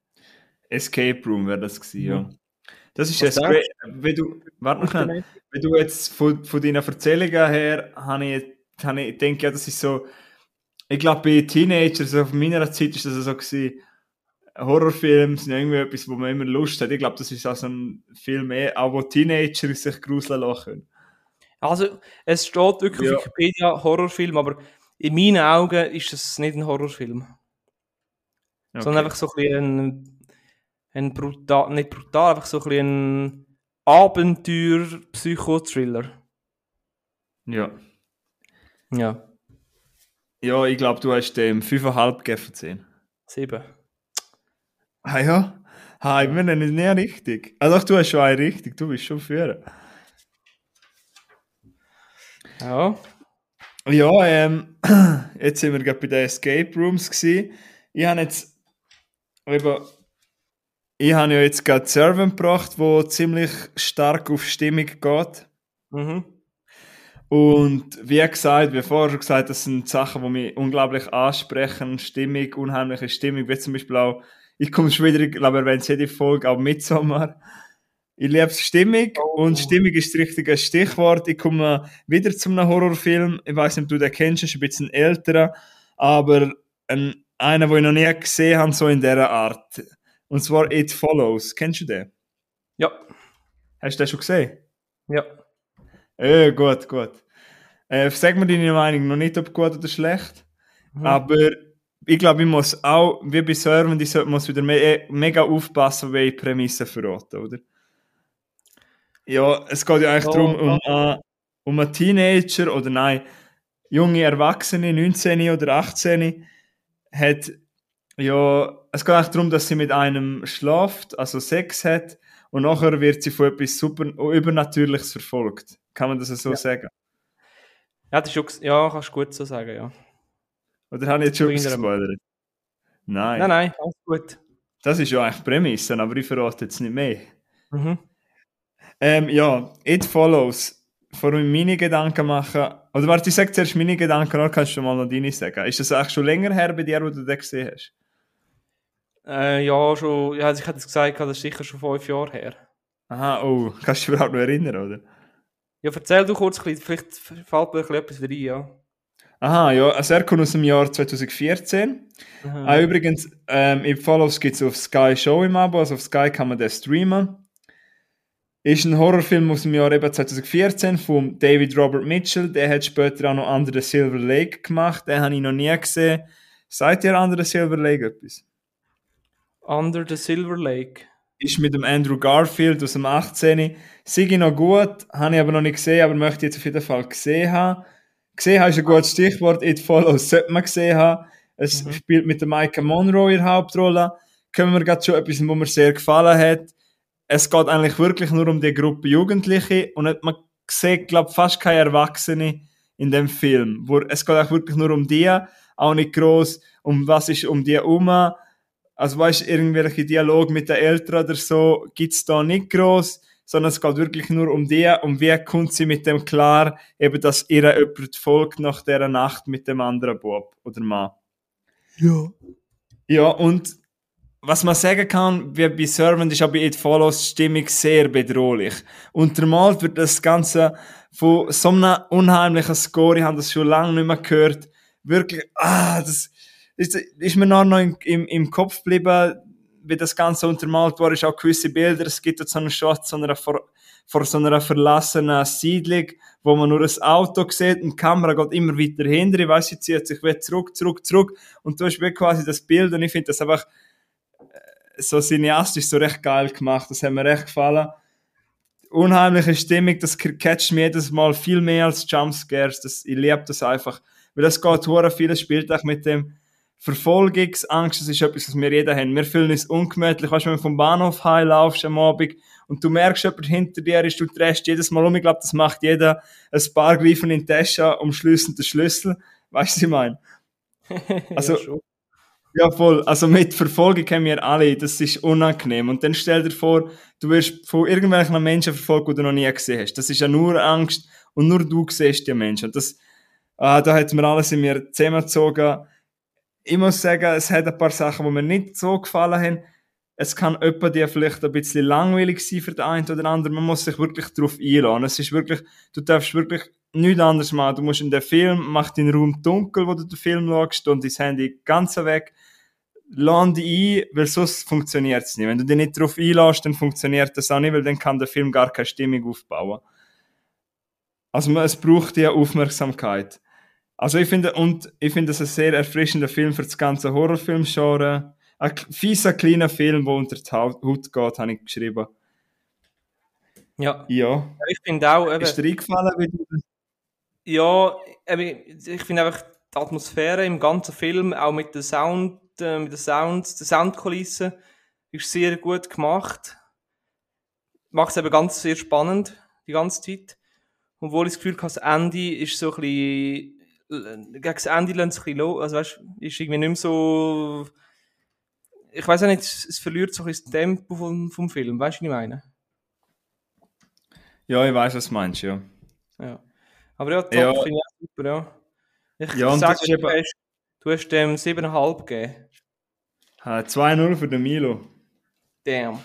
Escape Room wäre das gewesen, ja. Das ist Was jetzt denkst great. Wenn du, warte noch schnell, wenn du jetzt von, von deinen Erzählungen her, habe ich, habe ich denke ja, das ist so, ich glaube bei Teenagers, so von meiner Zeit ist das so gewesen, Horrorfilme sind irgendwie etwas, wo man immer Lust hat. Ich glaube, das ist auch so ein Film, eh, auch wo Teenager sich gruseln lassen. Also, es steht wirklich Ja. auf Wikipedia Horrorfilm, aber in meinen Augen ist es nicht ein Horrorfilm. Okay. Sondern einfach so ein bisschen ein, ein brutal, nicht brutal, einfach so ein bisschen ein Abenteuer-Psychothriller. Ja. Ja. Ja, ich glaube, du hast dem fünf Komma fünf gegeben von zehn. sieben. Ah ja? Ha, ich bin nicht nicht richtig. Also du hast schon eine richtig, du bist schon Führer. Ja. Ja, ähm, jetzt sind wir gerade bei den Escape Rooms gewesen. Ich habe jetzt, eben, ich habe ja jetzt gerade Servant gebracht, wo ziemlich stark auf Stimmung geht. Mhm. Und wie gesagt, wie vorher schon gesagt, das sind Sachen, die mich unglaublich ansprechen. Stimmung, unheimliche Stimmung, wie zum Beispiel auch, ich komme schon wieder, ich glaube, erwähnt jede Folge, auch Midsommar. Ich liebe Stimmung Oh. und Stimmung ist das richtige Stichwort. Ich komme wieder zu einem Horrorfilm. Ich weiß nicht, ob du den kennst, ist ein bisschen älterer, aber ein, einer, den ich noch nie gesehen habe, so in dieser Art. Und zwar It Follows. Kennst du den? Ja. Hast du den schon gesehen? Ja. Äh, gut, gut. Äh, sag mir deine Meinung, noch nicht, ob gut oder schlecht. Mhm. Aber ich glaube, ich muss auch, wie bei Servant, ich sollte- muss wieder me mega aufpassen, wie ich Prämissen verrate, oder? Ja, es geht ja eigentlich Ja, darum, um, äh, um einen Teenager oder nein, junge Erwachsene, neunzehn oder achtzehn, hat, ja, es geht eigentlich darum, dass sie mit einem schlaft, also Sex hat, und nachher wird sie von etwas super Übernatürliches verfolgt. Kann man das so Ja. sagen? Ja, das ist schon, ges- ja, kannst du gut so sagen, ja. Oder habe ich jetzt schon Von etwas irgendeinem- gespoilert? Nein. Nein, nein, alles gut. Das ist ja eigentlich die Prämisse, aber ich verrate jetzt nicht mehr. Mhm. Ähm, ja, It Follows. Vor allem meine Gedanken machen. Oder warte, ich sag zuerst meine Gedanken, dann kannst du mal noch deine sagen. Ist das eigentlich schon länger her bei dir, wo du den gesehen hast? Äh, ja, schon, ja, also ich hätte es gesagt, das ist sicher schon fünf Jahre her. Aha, oh, kannst du dich überhaupt noch erinnern, oder? Ja, erzähl du kurz, ein bisschen, vielleicht fällt mir ein bisschen etwas rein, ja. Aha, ja, also er kommt aus dem Jahr zwanzig vierzehn. Mhm. Ah, übrigens, ähm, It Follows gibt es auf Sky Show im Abo, also auf Sky kann man den streamen. Ist ein Horrorfilm aus dem Jahr eben zwanzig vierzehn von David Robert Mitchell. Der hat später auch noch Under the Silver Lake gemacht. Den habe ich noch nie gesehen. Seid ihr Under the Silver Lake etwas? Under the Silver Lake. Ist mit dem Andrew Garfield aus dem achtzehn. Sei noch gut, habe ich aber noch nicht gesehen, aber möchte ich jetzt auf jeden Fall gesehen haben. Gesehen haben ist ein gutes Stichwort. It Follows sollte man gesehen haben. Es Mhm. spielt mit der Micah Monroe in der Hauptrolle. Können wir gerade schon etwas, was mir sehr gefallen hat. Es geht eigentlich wirklich nur um die Gruppe Jugendliche und man sieht, glaube ich, fast keine Erwachsene in dem Film. Wo, es geht auch wirklich nur um die, auch nicht groß um was ist um die herum. Also weißt, irgendwelche Dialog mit den Eltern oder so gibt's da nicht groß, sondern es geht wirklich nur um die, um wie kommt sie mit dem klar, eben, dass ihr jemand folgt nach dieser Nacht mit dem anderen Bub oder Mann. Ja. Ja, und was man sagen kann, wie bei Servant ist auch bei It Follows die Stimmung sehr bedrohlich. Untermalt wird das Ganze von so einem unheimlichen Score, ich habe das schon lange nicht mehr gehört, wirklich, ah, das ist, ist mir noch, noch im, im, im Kopf geblieben, wie das Ganze untermalt war, ist auch gewisse Bilder, es gibt jetzt so einen Shot so einer vor, vor so einer verlassenen Siedlung, wo man nur ein Auto sieht und die Kamera geht immer weiter hinter, ich weiss, sie zieht sich wieder zurück, zurück, zurück und du hast wirklich quasi das Bild und ich finde das einfach so cineastisch so recht geil gemacht. Das hat mir recht gefallen. Unheimliche Stimmung, das catcht mich jedes Mal viel mehr als Jumpscares. Das, ich liebe das einfach. Weil das geht hure vieles spielt auch mit dem Verfolgungsangst. Das ist etwas, was wir jeder haben. Wir fühlen uns ungemütlich. Weißt du, wenn du vom Bahnhof heimlaufst am Abend und du merkst, jemand hinter dir ist, du drehst jedes Mal um. Ich glaube, das macht jeder. Ein paar greifen in die Tasche, umschliessen den Schlüssel. Weißt du, was ich meine? Also, ja, schon. ja, voll. Also mit Verfolgung kennen wir alle, das ist unangenehm. Und dann stell dir vor, du wirst von irgendwelchen Menschen verfolgt, die du noch nie gesehen hast. Das ist ja nur Angst und nur du siehst die Menschen. Das, ah, da hat mir alles in mir zusammengezogen. Ich muss sagen, es hat ein paar Sachen, die mir nicht so gefallen haben. Es kann jemand dir vielleicht ein bisschen langweilig sein für den einen oder anderen. Man muss sich wirklich darauf einlassen. Es ist wirklich, du darfst wirklich nichts anderes machen. Du musst in den Film, mach den Raum dunkel, wo du den Film schaust, und dein Handy ganz weg. Lass dich ein, weil sonst funktioniert es nicht. Wenn du dich nicht darauf einlässt, dann funktioniert das auch nicht, weil dann kann der Film gar keine Stimmung aufbauen. Also es braucht ja Aufmerksamkeit. Also ich finde, und ich finde es ein sehr erfrischender Film für das ganze Horrorfilm-Genre. Ein fieser, kleiner Film, der unter die Haut geht, habe ich geschrieben. Ja. Ja. Ich finde auch, eben, Ist dir eingefallen, wie du... ja, eben, ich finde einfach die Atmosphäre im ganzen Film, auch mit der Sound, äh, mit der Sound, der Soundkulisse, ist sehr gut gemacht. Macht es eben ganz sehr spannend, die ganze Zeit. Obwohl ich das Gefühl habe, das Ende ist so ein bisschen, gegen das Ende lässt es ein bisschen los, also weißt, ist irgendwie nicht mehr so, ich weiß auch nicht, es verliert so ein bisschen das Tempo vom, vom Film, weißt du, was ich meine? Ja, ich weiß, was du meinst, ja. Ja. Aber ja, top, Ja. finde ich auch super, ja. Ich Ja, und sage, das ist du eben- hast, du hast dem sieben Komma fünf gegeben. Äh, zwei null für den Milo. Damn.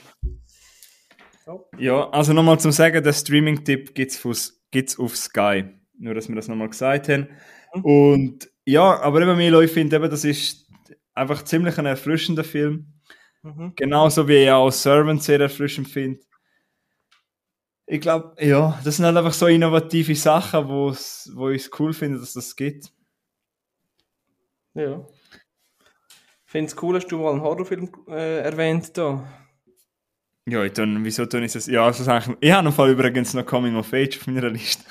Ja, also nochmal zum Sagen, der Streaming-Tipp gibt es auf Sky. Nur, dass wir das nochmal gesagt haben. Mhm. Und ja, aber eben Milo, ich finde eben, das ist einfach ziemlich ein erfrischender Film. Mhm. Genauso wie ich auch Servant sehr erfrischend finde. Ich glaube, ja, das sind halt einfach so innovative Sachen, wo's, wo ich es cool finde, dass das gibt. Ja. Ich finde es cool, dass du mal einen Horrorfilm äh, erwähnt da. Ja, ich tun, wieso tue ich das? Ja, also das eigentlich, ich habe im Fall übrigens noch Coming of Age auf meiner Liste.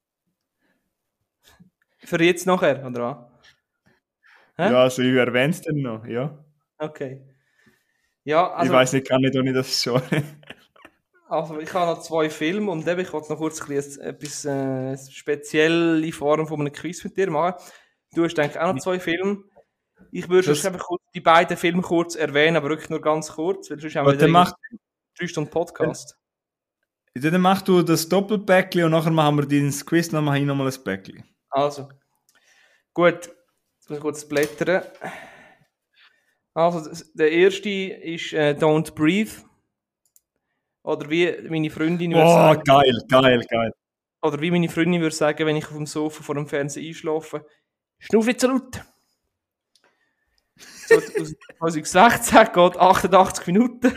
Für jetzt nachher, oder was? Hä? Ja, also ich erwähne es dann noch, ja. Okay. Ja, also, ich weiß nicht, kann nicht, ohne das schon. also ich habe noch zwei Filme und eben, ich wollte noch kurz ein bisschen etwas äh, spezielle Form von einem Quiz mit dir machen. Du hast eigentlich auch noch zwei Filme. Ich würde Das- sonst einfach kurz die beiden Filme kurz erwähnen, aber wirklich nur ganz kurz, weil sonst haben wir Aber dann wieder mach, drei Stunden Podcast. dann mach du das Doppelpäckchen und nachher machen wir dein Quiz, dann mache ich nochmal ein Päckchen. Also, gut, jetzt muss ich kurz blättern. Also, das- der erste ist äh, Don't Breathe. Oder wie meine Freundin würde Oh, sagen, geil, geil, geil. oder wie meine Freundin würde sagen, wenn ich auf dem Sofa vor dem Fernseher einschlafe, schnuff nicht so laut. So, aus zwanzig sechzehn geht achtundachtzig Minuten.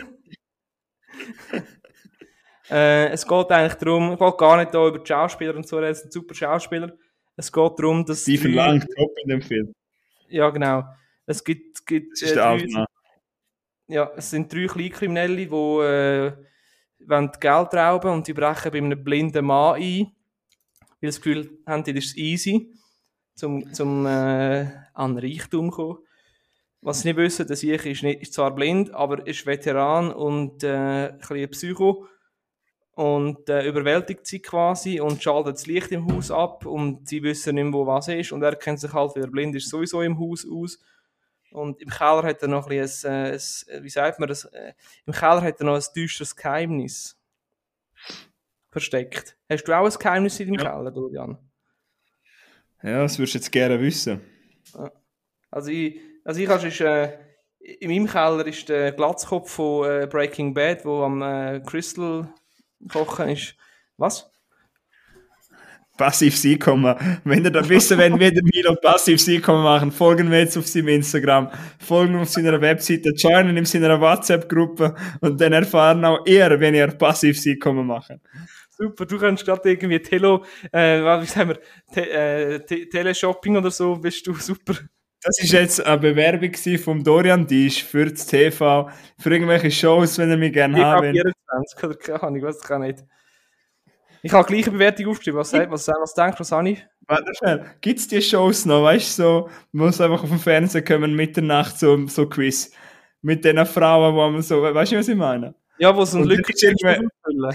äh, es geht eigentlich darum, es geht gar nicht da über die Schauspieler und so, er ist ein super Schauspieler. Es geht darum, dass Stephen drei- Lang, top in dem Film. Ja, genau. Es gibt, gibt Das ist äh, der drei, Aufnahme. ja, es sind drei Kleinkriminelle, die äh, wollen Geld rauben und die brechen bei einem blinden Mann ein, weil sie das Gefühl haben, das ist easy, zum, zum äh, an Reichtum zu kommen. Was sie nicht wissen, der Sieg ist, nicht, ist zwar blind, aber ist Veteran und äh, ein bisschen ein Psycho und äh, überwältigt sie quasi und schaltet das Licht im Haus ab und sie wissen nicht mehr, wo was ist und er kennt sich halt, weil er blind ist, sowieso im Haus aus. Und im Keller hat er noch ein, bisschen ein, ein, wie sagt man das, äh, im Keller hat er noch ein düsteres Geheimnis versteckt. Hast du auch ein Geheimnis in deinem Ja. Keller, Dorian? Ja, das würdest du jetzt gerne wissen. Also ich, also ich ist, äh, in meinem Keller ist der Glatzkopf von äh, Breaking Bad, wo am äh, Crystal kochen ist. Was? Passives Einkommen. Wenn ihr da wissen wollt, wie der Milo passives Einkommen machen, folgen wir jetzt auf seinem Instagram, folgen auf seiner Webseite, joinen in seiner WhatsApp-Gruppe und dann erfahren auch ihr, wenn ihr passives Einkommen macht. Super, du kannst gerade irgendwie Telo, äh, wie sagen wir, Te äh, Te Teleshopping oder so, bist du super. Das war jetzt eine Bewerbung vom Dorian Diesch für das T V, für irgendwelche Shows, wenn ihr mich gerne Ich habe haben wollt. vierundzwanzig oder keine Ahnung, was ich kann nicht. Ich habe gleiche Bewertung aufgeschrieben. Was, sagt- was, was denkst du, was habe ich? Warte schnell, gibt es die Shows noch, weißt du, so, wo es einfach auf dem Fernsehen kommen, Mitternacht so, so Quiz mit den Frauen, wo man so, weißt du, was ich meine? Ja, wo so ein Und Lücke das ist irgendwie-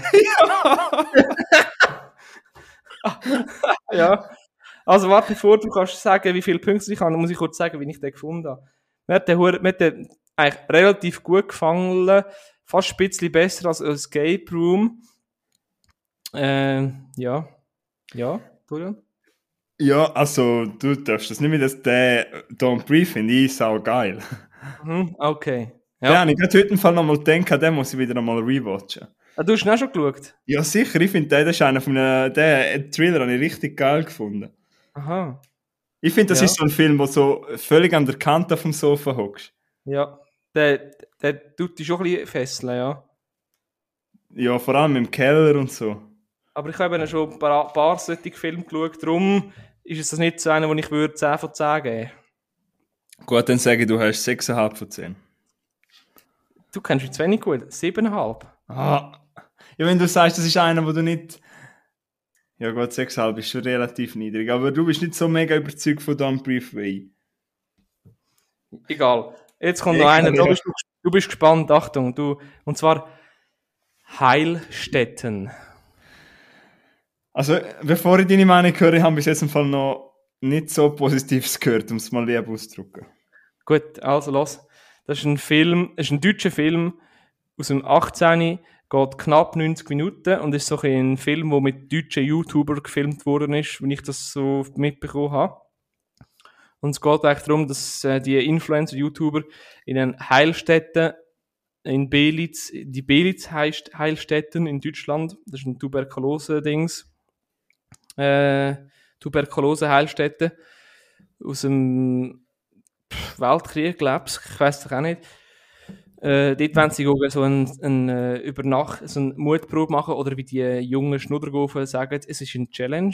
Ja. Also warte, bevor du kannst sagen, wie viele Punkte ich habe, muss ich kurz sagen, wie ich den gefunden habe. Mir hat der, Hure- mir hat der eigentlich relativ gut gefallen, fast ein bisschen besser als Escape Room. Ähm, ja. Ja, Dorian? Ja, also, du darfst das nicht mehr, dass der Don't Breathe finde ich sau geil. Mhm, okay. Ja. Ja. Den habe ich gerade heute im Fall nochmal gedacht, den muss ich wieder nochmal rewatchen. Ah, du hast ihn auch schon geschaut? Ja, sicher, ich finde, der, das ist einer von den, den Thriller habe ich richtig geil gefunden. Aha. Ich finde, das Ja. ist so ein Film, wo so völlig an der Kante auf dem Sofa hockst. Ja. Der, der tut dich schon ein bisschen fesseln, ja. Ja, vor allem im Keller und so. Aber ich habe eben schon ein paar, paar solche Filme geschaut, darum ist es das nicht so einer, wo ich würde zehn von zehn geben. Gut, dann sage ich, du hast sechs Komma fünf von zehn. Du kennst mich zu wenig gut. sieben Komma fünf. Ah. Ja, wenn du sagst, das ist einer, wo du nicht... Ja gut, sechs Komma fünf ist schon relativ niedrig, aber du bist nicht so mega überzeugt von Don't Breathe Way. Egal. Jetzt kommt noch einer, du bist, du bist gespannt, Achtung, du, und zwar Heilstätten. Also, bevor ich deine Meinung höre, habe ich bis jetzt im Fall noch nicht so Positives gehört, um es mal lieb auszudrücken. Gut, also los. Das ist ein Film, das ist ein deutscher Film aus dem achtzehn, geht knapp neunzig Minuten und ist so ein Film, der mit deutschen YouTubern gefilmt worden ist, wenn ich das so mitbekommen habe. Und es geht eigentlich darum, dass äh, die Influencer-YouTuber in den Heilstätten in Belitz, die Belitz-Heilstätten in Deutschland, das ist ein Tuberkulose-Dings, äh, Tuberkulose-Heilstätte aus dem Weltkrieg, glaube ich, ich weiss doch auch nicht. Äh, dort wollen sie so ein, ein, äh, über Nacht so eine Mutprobe machen oder wie die jungen Schnuddergofen sagen, es ist eine Challenge.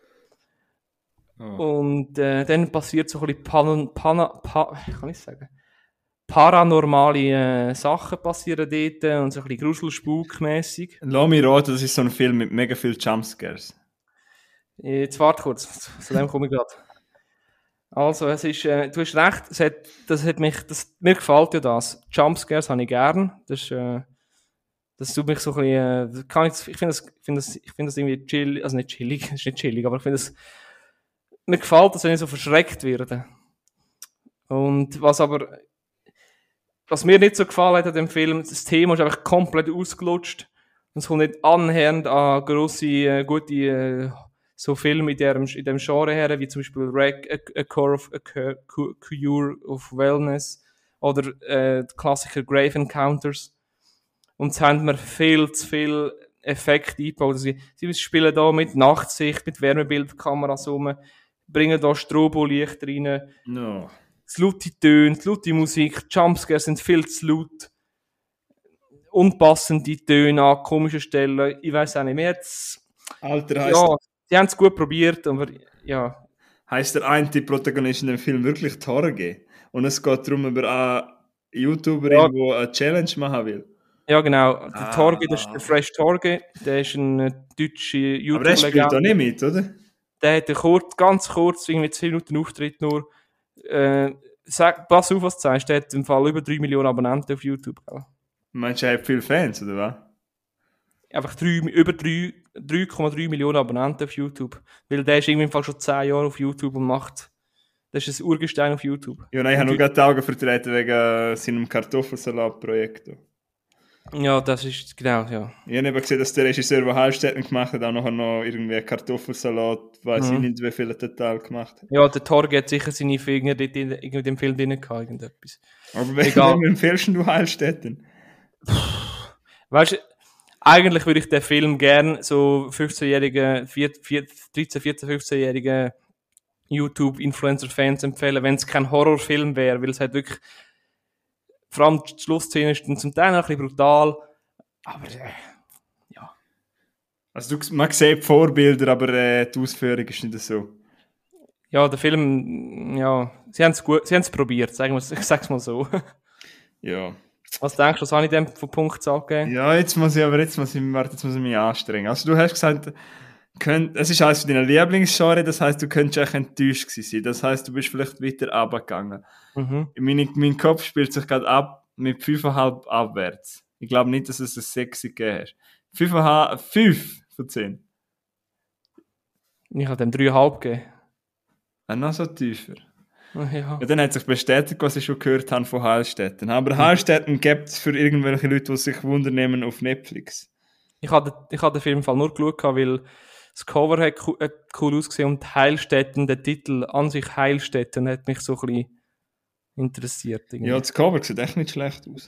Oh. Und äh, dann passiert so ein bisschen Pan, Pan, Pan, kann ich sagen? paranormale äh, Sachen passieren dort und so ein bisschen gruselspukmässig. Lass mich raten, das ist so ein Film mit mega viel Jumpscares. Jetzt warte kurz, zu dem komme ich gerade. Also, es ist, äh, du hast recht, es hat, das hat mich, das, mir gefällt ja das. Jumpscares habe ich gern. Das ist, äh, das tut mich so ein bisschen, äh, kann ich, ich finde das, ich finde das, ich finde das irgendwie chillig, also nicht chillig, das ist nicht chillig, aber ich finde das, mir gefällt das, wenn ich so verschreckt werde. Und was aber, was mir nicht so gefallen hat an dem Film, das Thema ist einfach komplett ausgelutscht. Und es kommt nicht annähernd an grosse, äh, gute, äh, so Filme in dem, in dem Genre her, wie zum Beispiel Rec, A, a, Core of, a Cure of Wellness oder äh, der Klassiker Grave Encounters. Und es haben mir viel zu viel Effekte eingebaut. Sie, sie spielen da mit Nachtsicht, mit Wärmebildkameras rum, bringen da Strobolicht rein, no. zu laute Töne, zu laute Musik, Jumpscares sind viel zu laut, unpassende Töne an komischen Stellen. Ich weiss auch nicht mehr. Jetzt, Alter, heisst ja, die haben es gut probiert, aber ja. Heißt der eine Protagonist in dem Film wirklich Torge? Und es geht darum, über eine YouTuberin, Ja. die eine Challenge machen will. Ja, genau. Der Ah. Torge, das ist der Fresh Torge, der ist ein deutscher YouTuber. Aber der spielt da nicht mit, oder? Der hat kurz, ganz kurz, irgendwie zehn Minuten Auftritt nur. Äh, sag, pass auf, was du sagst, der hat im Fall über drei Millionen Abonnenten auf YouTube. Meinst du, er hat viele Fans, oder was? Einfach drei, über drei Komma drei Millionen Abonnenten auf YouTube. Weil der ist irgendwie im Fall schon zehn Jahre auf YouTube und macht... Das ist ein Urgestein auf YouTube. Ja, nein, ich habe nur gerade die Augen vertreten wegen seinem Kartoffelsalat-Projekt. Ja, das ist genau, ja. Ich habe eben gesehen, dass der Regisseur, der Heilstätten gemacht hat, auch nachher noch irgendwie Kartoffelsalat, weiß mhm. ich nicht, wie viel er total gemacht hat. Ja, der Torge hat sicher seine Finger dort in, in dem Film drin gehabt, irgendetwas. Aber wem empfiehlst du Heilstätten? Weißt du, eigentlich würde ich den Film gerne so fünfzehnjährigen, dreizehn, vierzehn, fünfzehnjährigen YouTube-Influencer-Fans empfehlen, wenn es kein Horrorfilm wäre, weil es halt wirklich, vor allem die Schlussszene ist dann zum Teil ein bisschen brutal, aber äh, ja. Also du, man sieht die Vorbilder, aber äh, die Ausführung ist nicht so. Ja, der Film, ja, sie haben es gut, sie haben es probiert, sagen wir, ich sag's mal so. Ja. Was denkst du, was habe ich dem von Punktzahl gegeben? Ja, jetzt muss ich, aber jetzt muss ich, warte, jetzt muss ich mich anstrengen. Also du hast gesagt, könnt, es ist eines von deinen Lieblingsgenre, das heisst, du könntest echt enttäuscht sein. Das heisst, du bist vielleicht weiter runtergegangen. Mhm. Mein, mein Kopf spielt sich gerade ab mit fünf Komma fünf abwärts. Ich glaube nicht, dass es ein sechs gegeben hast. fünf von zehn. Ich habe dem drei Komma fünf gegeben. Ah, noch so tiefer. Ja. Ja, dann hat sich bestätigt, was ich schon gehört habe von Heilstätten. Aber Heilstätten gibt es für irgendwelche Leute, die sich Wunder nehmen auf Netflix. Ich habe ich hab den Film im Fall nur geschaut, weil das Cover hat cool ausgesehen und Heilstätten, der Titel an sich Heilstätten, hat mich so ein bisschen interessiert. Irgendwie. Ja, das Cover sieht echt nicht schlecht aus.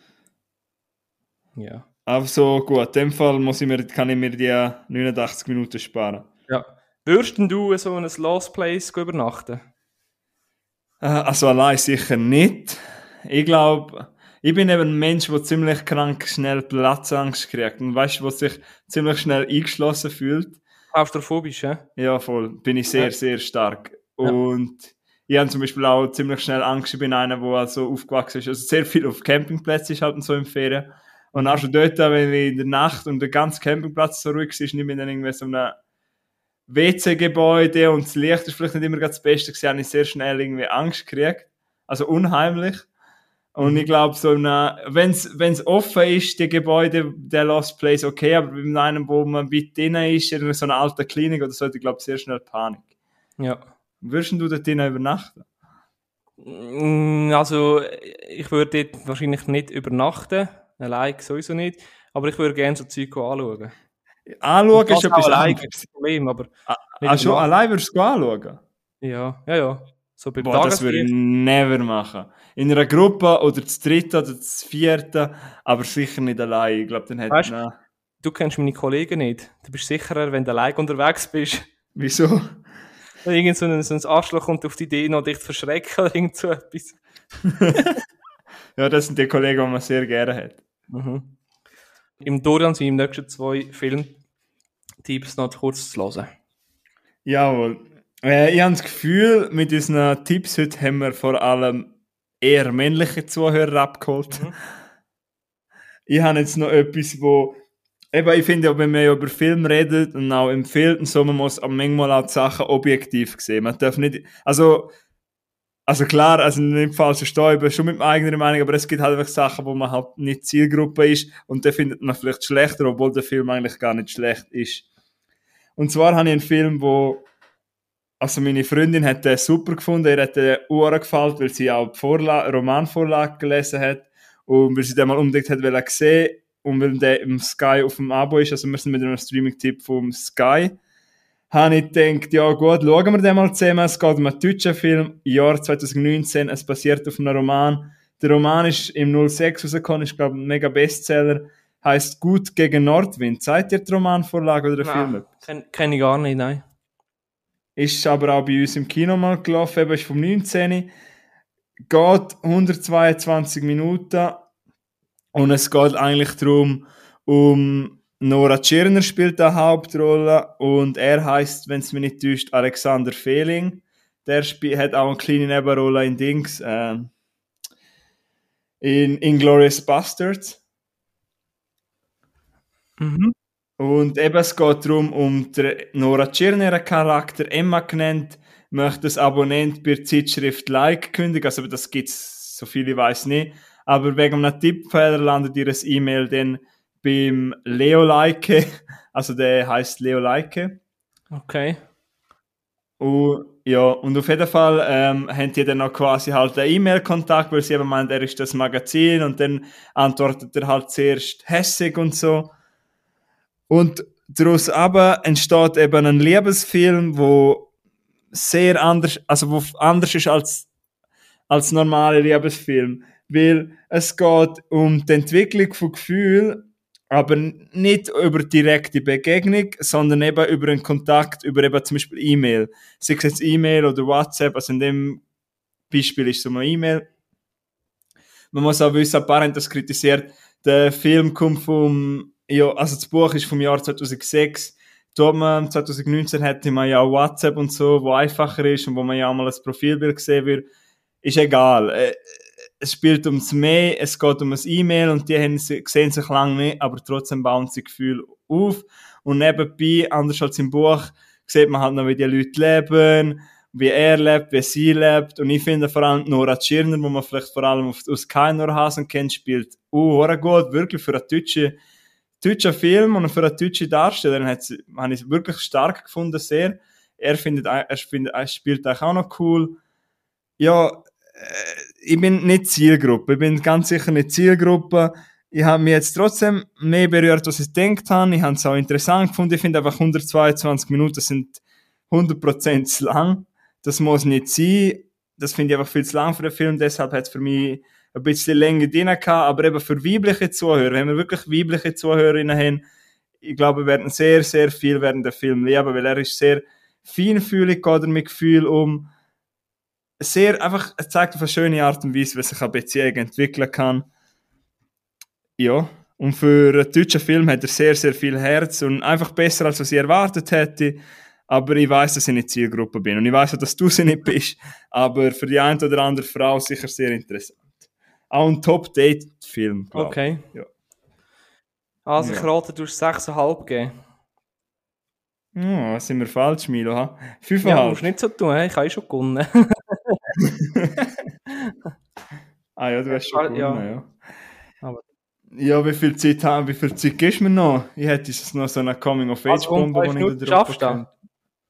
Ja. Aber so gut, in dem Fall muss ich mir, kann ich mir die neunundachtzig Minuten sparen. Ja. Würdest du so in ein Lost Place übernachten? Also allein sicher nicht. Ich glaube, ich bin eben ein Mensch, der ziemlich krank schnell Platzangst kriegt. Und weißt du, der sich ziemlich schnell eingeschlossen fühlt. Klaustrophobisch, ja? Ja, voll. Bin ich sehr, ja. sehr stark. Und ja. ich habe zum Beispiel auch ziemlich schnell Angst. Ich bin einer, der also aufgewachsen ist. Also sehr viel auf Campingplätzen ist halt und so im Ferien. Und auch schon dort, wenn ich in der Nacht und der ganze Campingplatz so ruhig ist, nicht mehr dann irgendwie so eine W C-Gebäude und das Licht ist vielleicht nicht immer das Beste gewesen, habe ich sehr schnell irgendwie Angst gekriegt. Also unheimlich. Und mhm. ich glaube, so wenn es offen ist, die Gebäude, der Lost Place, okay, aber bei einem, wo man weit drin ist, in so einer alten Klinik oder so, ich glaube, sehr schnell Panik. Ja. Würdest du dort drinnen übernachten? Also, ich würde dort wahrscheinlich nicht übernachten. Allein sowieso nicht. Aber ich würde gerne so Zeug anschauen. Anschauen ist etwas anderes Problem, aber ah, schon allein würdest du anschauen? Ja, ja, ja. So beim Boah, das würde ich never machen. In einer Gruppe oder das dritte oder das vierte, aber sicher nicht allein. Ich glaube, dann hätte weißt, na... Du kennst meine Kollegen nicht. Du bist sicherer, wenn du allein unterwegs bist. Wieso? Irgend so ein, so ein Arschloch kommt auf die Idee, noch dich zu verschrecken oder irgend so etwas. Ja, das sind die Kollegen, die man sehr gerne hat. Mhm. Im Dorian sind im nächsten zwei Filmtipps noch kurz zu hören. Jawohl. Äh, ich habe das Gefühl, mit unseren Tipps heute haben wir vor allem eher männliche Zuhörer abgeholt. Mhm. Ich habe jetzt noch etwas, wo eben, ich finde, wenn man ja über Film redet und auch empfiehlt und so, man muss manchmal auch die Sachen objektiv sehen. Man darf nicht, also, also klar, also nicht falsch verstehen, ich bin schon mit meiner eigenen Meinung, aber es gibt halt einfach Sachen, wo man halt nicht Zielgruppe ist und da findet man vielleicht schlechter, obwohl der Film eigentlich gar nicht schlecht ist. Und zwar habe ich einen Film, wo also meine Freundin hat den super gefunden, ihr hat den Uhren gefallen, weil sie auch die Vorla- Romanvorlage gelesen hat und weil sie den mal unbedingt hat wollen sehen und weil der im Sky auf dem Abo ist, also wir sind mit einem Streaming-Tipp vom Sky, habe ich gedacht, ja gut, schauen wir den mal zusammen, es geht um einen deutschen Film, Jahr zwanzig neunzehn, es basiert auf einem Roman, der Roman ist im null sechs rausgekommen, ist glaube ich ein mega Bestseller, heisst Gut gegen Nordwind. Seid ihr die Romanvorlage oder der Film? Kenne kenn ich gar nicht, nein. Ist aber auch bei uns im Kino mal gelaufen, eben ist vom neunzehn. Geht hundertzweiundzwanzig Minuten und es geht eigentlich darum, um Nora Tschirner spielt eine Hauptrolle und er heißt, wenn es mich nicht täuscht, Alexander Fehling. Der spielt, hat auch eine kleine Nebenrolle in Dings, äh, in Inglourious Basterds. Mhm. Und eben, es geht darum, um den Nora Tschirner Charakter, Emma genannt, möchte das Abonnent bei der Zeitschrift Like kündigen, also das gibt es, so viel ich weiß nicht, aber wegen einem Tippfehler landet ihr ein E-Mail dann beim Leo Like, also der heißt Leo Like. Okay. Und, ja, und auf jeden Fall ähm, haben die dann noch quasi halt einen E-Mail-Kontakt, weil sie eben meint, er ist das Magazin und dann antwortet er halt zuerst hässig und so. Und daraus aber entsteht eben ein Liebesfilm, wo sehr anders, also wo anders ist als, als normale Liebesfilm. Weil es geht um die Entwicklung von Gefühlen, aber nicht über direkte Begegnung, sondern eben über einen Kontakt, über eben zum Beispiel E-Mail. Sei es jetzt E-Mail oder WhatsApp, also in dem Beispiel ist es um eine E-Mail. Man muss auch wissen, ein paar haben das kritisiert, der Film kommt vom, ja, also das Buch ist vom Jahr zweitausendsechs. Da man, zwanzig neunzehn hätte man ja WhatsApp und so, wo einfacher ist und wo man ja auch mal ein Profilbild sehen will. Ist egal. Es spielt ums mehr, es geht um ein E-Mail und die haben, sehen sich lange nicht, aber trotzdem bauen sie Gefühle auf. Und nebenbei, anders als im Buch, sieht man halt noch, wie die Leute leben, wie er lebt, wie sie lebt. Und ich finde vor allem Nora Tschirner, wo man vielleicht vor allem aus Kein Hasen kennt, spielt uh, gut, wirklich für einen deutschen, deutschen Film und für eine deutsche Darstellerin hat sie, habe ich wirklich stark gefunden, sehr. Er findet, er, findet, er spielt eigentlich auch noch cool. Ja, ich bin nicht Zielgruppe, ich bin ganz sicher nicht Zielgruppe. Ich habe mich jetzt trotzdem mehr berührt, als ich gedacht habe. Ich habe es auch interessant gefunden. Ich finde einfach hundertzweiundzwanzig Minuten sind hundert Prozent zu lang. Das muss nicht sein. Das finde ich einfach viel zu lang für den Film. Deshalb hat es für mich ein bisschen länger drin gehabt. Aber eben für weibliche Zuhörer, wenn wir wirklich weibliche Zuhörerinnen haben, ich glaube, wir werden sehr, sehr viel während den Film lieben, weil er ist sehr feinfühlig, geht er mit Gefühl um. Sehr einfach, es zeigt auf eine schöne Art und Weise, wie sich eine Beziehung entwickeln kann. Ja, und für einen deutschen Film hat er sehr, sehr viel Herz und einfach besser, als was ich erwartet hätte. Aber ich weiß, dass ich nicht Zielgruppe bin. Und ich weiß auch, dass du sie nicht bist. Aber für die eine oder andere Frau sicher sehr interessant. Auch ein Top-Date-Film, glaube ich. Okay. Ja. Also ich ja. rate, du hast sechs Komma fünf geben. Oh, sind wir falsch, Milo? Ha? Ja, Fünfeinhalb. musst nicht so tun, he? Ich habe eh schon gewonnen. Ah ja, du hast schon Ja. gewonnen, ja. Aber Ja, wie viel Zeit haben, wie viel Zeit gibst du mir noch? Ich hätte jetzt noch so eine also, Coming-of-Age-Bombe, um die zwei ich Stunden da droppen schaffst du das? könnte.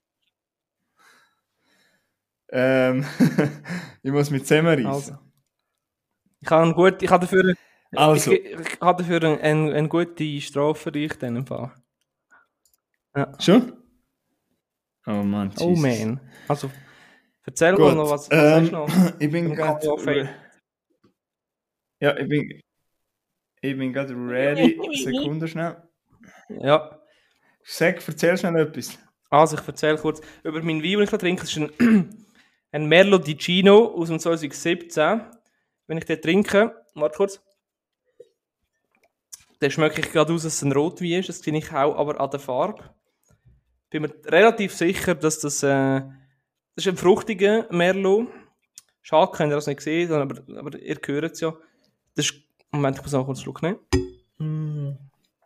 Ähm, ich muss mich zusammenreißen. Also. Ich habe, gut, ich habe dafür, Also. ich, ich habe dafür eine, eine, eine gute Strafe für dich in dem Fall. Ja. Schon? Oh Mann, Jesus. Oh man. Also, erzähl Gut, mal noch, was, was ähm, hast du noch? ich bin Im gerade... Coming-of-Age. Ja, ich bin... Ich bin gerade ready. Sekunde schnell. Ja. Sag, erzähl schnell etwas. Also, ich erzähle kurz über meinen Wein, den ich trinke. Das ist ein, ein Merlot di Cino aus dem zwanzig siebzehn. Wenn ich den trinke, warte kurz, dann schmecke ich gerade aus, dass es ein Rotwein ist. Das finde ich auch aber an der Farbe. Bin mir relativ sicher, dass das, äh, das ist ein fruchtiger Merlot. Schade, könnt ihr das nicht sehen, aber, aber ihr hört es ja. Das ist, Moment, ich muss auch kurz einen Schluck nehmen. Mm.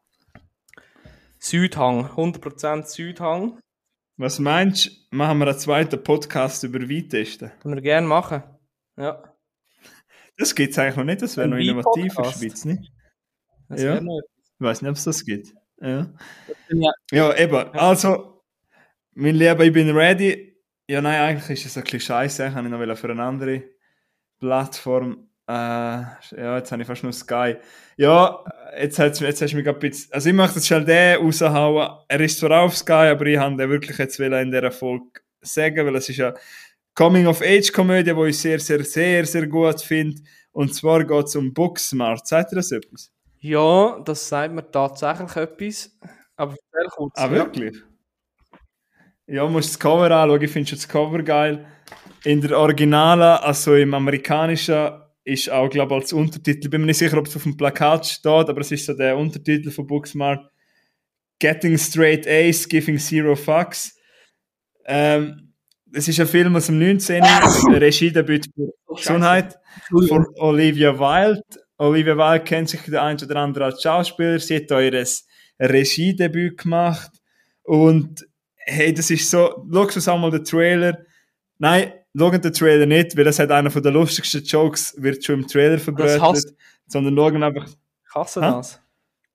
Südhang, hundert Prozent Südhang. Was meinst du, machen wir einen zweiten Podcast über Wein-Testen? Können wir gerne machen. Ja. Das gibt es eigentlich noch nicht, das wäre Ein noch innovativ in der Wein-Podcast. Schweiz, nicht? Das Ja. wäre noch Ich weiß nicht, ob es das gibt. Ja, ja. ja eben. Also, mein Lieber, ich bin ready. Ja, nein, eigentlich ist es ein bisschen scheiße. Ich wollte noch für eine andere Plattform. Äh, ja, jetzt habe ich fast nur Sky. Ja, jetzt, jetzt, jetzt hast du mich gerade ein bisschen... Also ich möchte jetzt schnell den raushauen. Er ist zwar auf Sky, aber ich habe den wirklich jetzt in dieser Folge sagen, weil es ist eine Coming-of-Age-Komödie, die ich sehr, sehr, sehr, sehr gut finde. Und zwar geht es um Booksmart. Sagt ihr das etwas? Ja, das sagt mir tatsächlich etwas. Aber erzähl kurz. Ah, wirklich? Ja, musst du das Cover anschauen. Ich finde schon das Cover geil. In der Originalen, also im Amerikanischen, ist auch, glaube ich, als Untertitel, ich bin mir nicht sicher, ob es auf dem Plakat steht, aber es ist so der Untertitel von Booksmart. Getting Straight A's, Giving Zero Fucks. Ähm, es ist ein Film aus dem neunzehnten. Regiedebüt für Oh, Gesundheit von Olivia Wilde. Olivia Wilde kennt sich der ein oder andere als Schauspieler. Sie hat euer Regiedebüt gemacht. Und hey, das ist so, schau uns einmal den Trailer. Nein, schau den Trailer nicht, weil das hat einer von der lustigsten Jokes, wird schon im Trailer verbrötelt. Sondern schau einfach... Ich hasse Ha? das.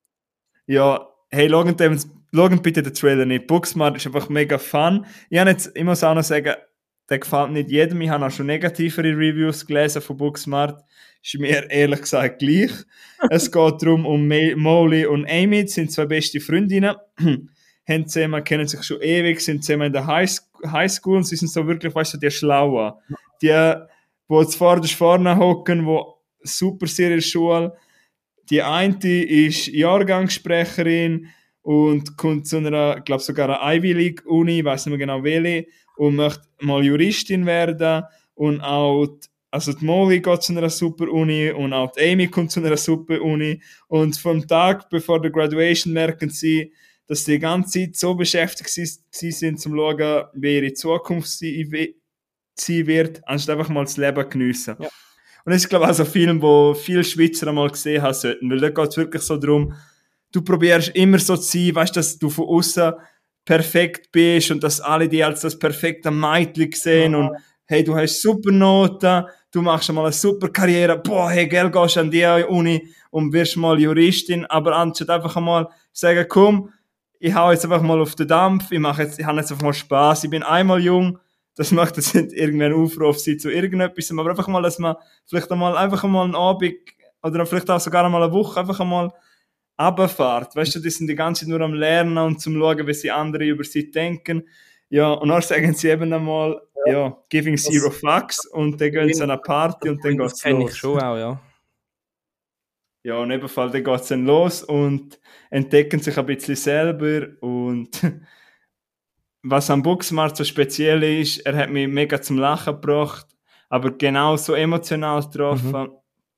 Ja, hey, schau dem, schau bitte den Trailer nicht. Booksmart ist einfach mega fun. Ich, jetzt, ich muss auch noch sagen, der gefällt nicht jedem. Ich habe auch schon negativere Reviews gelesen von Booksmart. Ist mir ehrlich gesagt gleich. Es geht darum, um Molly und Amy, das sind zwei beste Freundinnen. Haben zusammen, kennen sich schon ewig, sind zusammen in der High Highschool und sie sind so wirklich, weißt du, die Schlauen. Die, die zuvorderst vorne hocken, die super sind in der Schule. Die eine ist Jahrgangssprecherin und kommt zu einer, ich glaube sogar einer Ivy League Uni, ich weiß nicht mehr genau welche, und möchte mal Juristin werden. Und auch, die, also die Molly geht zu einer super Uni und auch die Amy kommt zu einer super Uni. Und vom Tag bevor der Graduation merken sie, dass sie die ganze Zeit so beschäftigt sie sind, zum schauen, wie ihre Zukunft sein wird, anstatt einfach mal das Leben geniessen. Ja. Und das ist, glaube ich, auch so ein Film, den viele Schweizer einmal gesehen haben sollten, weil da geht es wirklich so darum, du probierst immer so zu sein, weißt, dass du von außen perfekt bist und dass alle dich als das perfekte Mädchen sehen ja. Und hey, du hast super Noten, du machst einmal eine super Karriere, boah, hey, gell, gehst an die Uni und wirst mal Juristin, aber anstatt einfach einmal sagen, komm, ich hau jetzt einfach mal auf den Dampf, ich mache jetzt, ich habe jetzt einfach mal Spaß, ich bin einmal jung, das macht jetzt nicht irgendein Aufruf sein zu irgendetwas, aber einfach mal, dass man vielleicht einmal einfach einmal einen Abend oder vielleicht auch sogar einmal eine Woche einfach einmal runterfährt. Weißt du, die sind die ganze Zeit nur am Lernen und zum Schauen, wie sie andere über sie denken. Ja, und dann sagen sie eben einmal, ja, ja giving das zero fucks und dann gehen sie an eine Party und dann geht's los. Das kenne ich schon auch, ja. Ja, und ebenfalls, dann geht es dann los und entdecken sich ein bisschen selber und was am Booksmart so speziell ist, er hat mich mega zum Lachen gebracht, aber genauso emotional getroffen, mhm.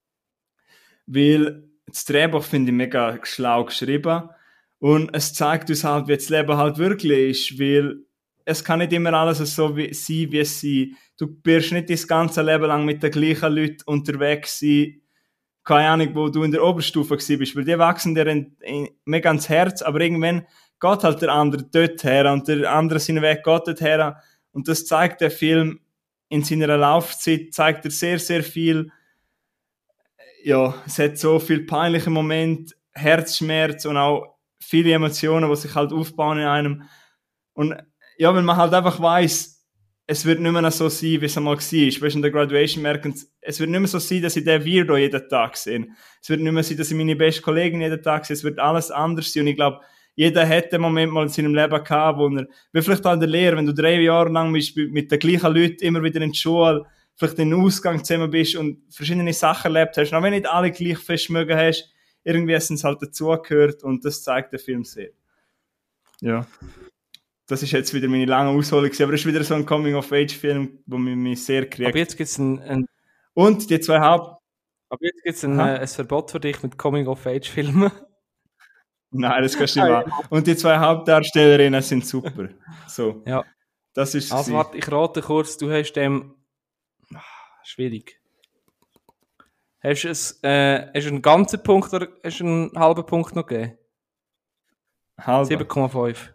weil das Drehbuch finde ich mega schlau geschrieben und es zeigt uns halt, wie das Leben halt wirklich ist, weil es kann nicht immer alles so wie, sein, wie es sein. Du wirst nicht das ganze Leben lang mit den gleichen Leuten unterwegs sein, keine Ahnung, wo du in der Oberstufe gewesen bist, weil die wachsen dir in, in, mega ans Herz, aber irgendwann geht halt der andere dort her und der andere seinen Weg geht dort her. Und das zeigt der Film in seiner Laufzeit, zeigt er sehr, sehr viel. Ja, es hat so viel peinliche Momente, Herzschmerz und auch viele Emotionen, die sich halt aufbauen in einem. Und ja, wenn man halt einfach weiss, es wird nicht mehr so sein, wie es einmal war. Weißt du, in der Graduation merken, es wird nicht mehr so sein, dass ich den Weirdo jeden Tag sehe. Es wird nicht mehr sein, dass ich meine beste Kollegin jeden Tag sehe. Es wird alles anders sein. Und ich glaube, jeder hat den Moment mal in seinem Leben gehabt, wo er, wie vielleicht auch in der Lehre, wenn du drei Jahre lang bist, mit den gleichen Leuten immer wieder in der Schule, vielleicht in den Ausgang zusammen bist und verschiedene Sachen erlebt hast. Und auch wenn nicht alle gleich fest mögen hast, irgendwie sind es halt dazugehört und das zeigt der Film sehr. Ja. Das ist jetzt wieder meine lange Ausholung, aber es ist wieder so ein Coming-of-Age-Film, der mich, mich sehr kriegt. Aber jetzt gibt es ein, ein... Und die zwei Haupt... Aber jetzt gibt es ein, äh, ein Verbot für dich mit Coming-of-Age-Filmen. Nein, das kannst du nicht machen. Und die zwei Hauptdarstellerinnen sind super. So. Ja. Das ist also warte, ich rate kurz, du hast dem... Ach, schwierig. Hast du, es, äh, hast du einen ganzen Punkt oder hast du einen halben Punkt noch gegeben? Halber. sieben Komma fünf.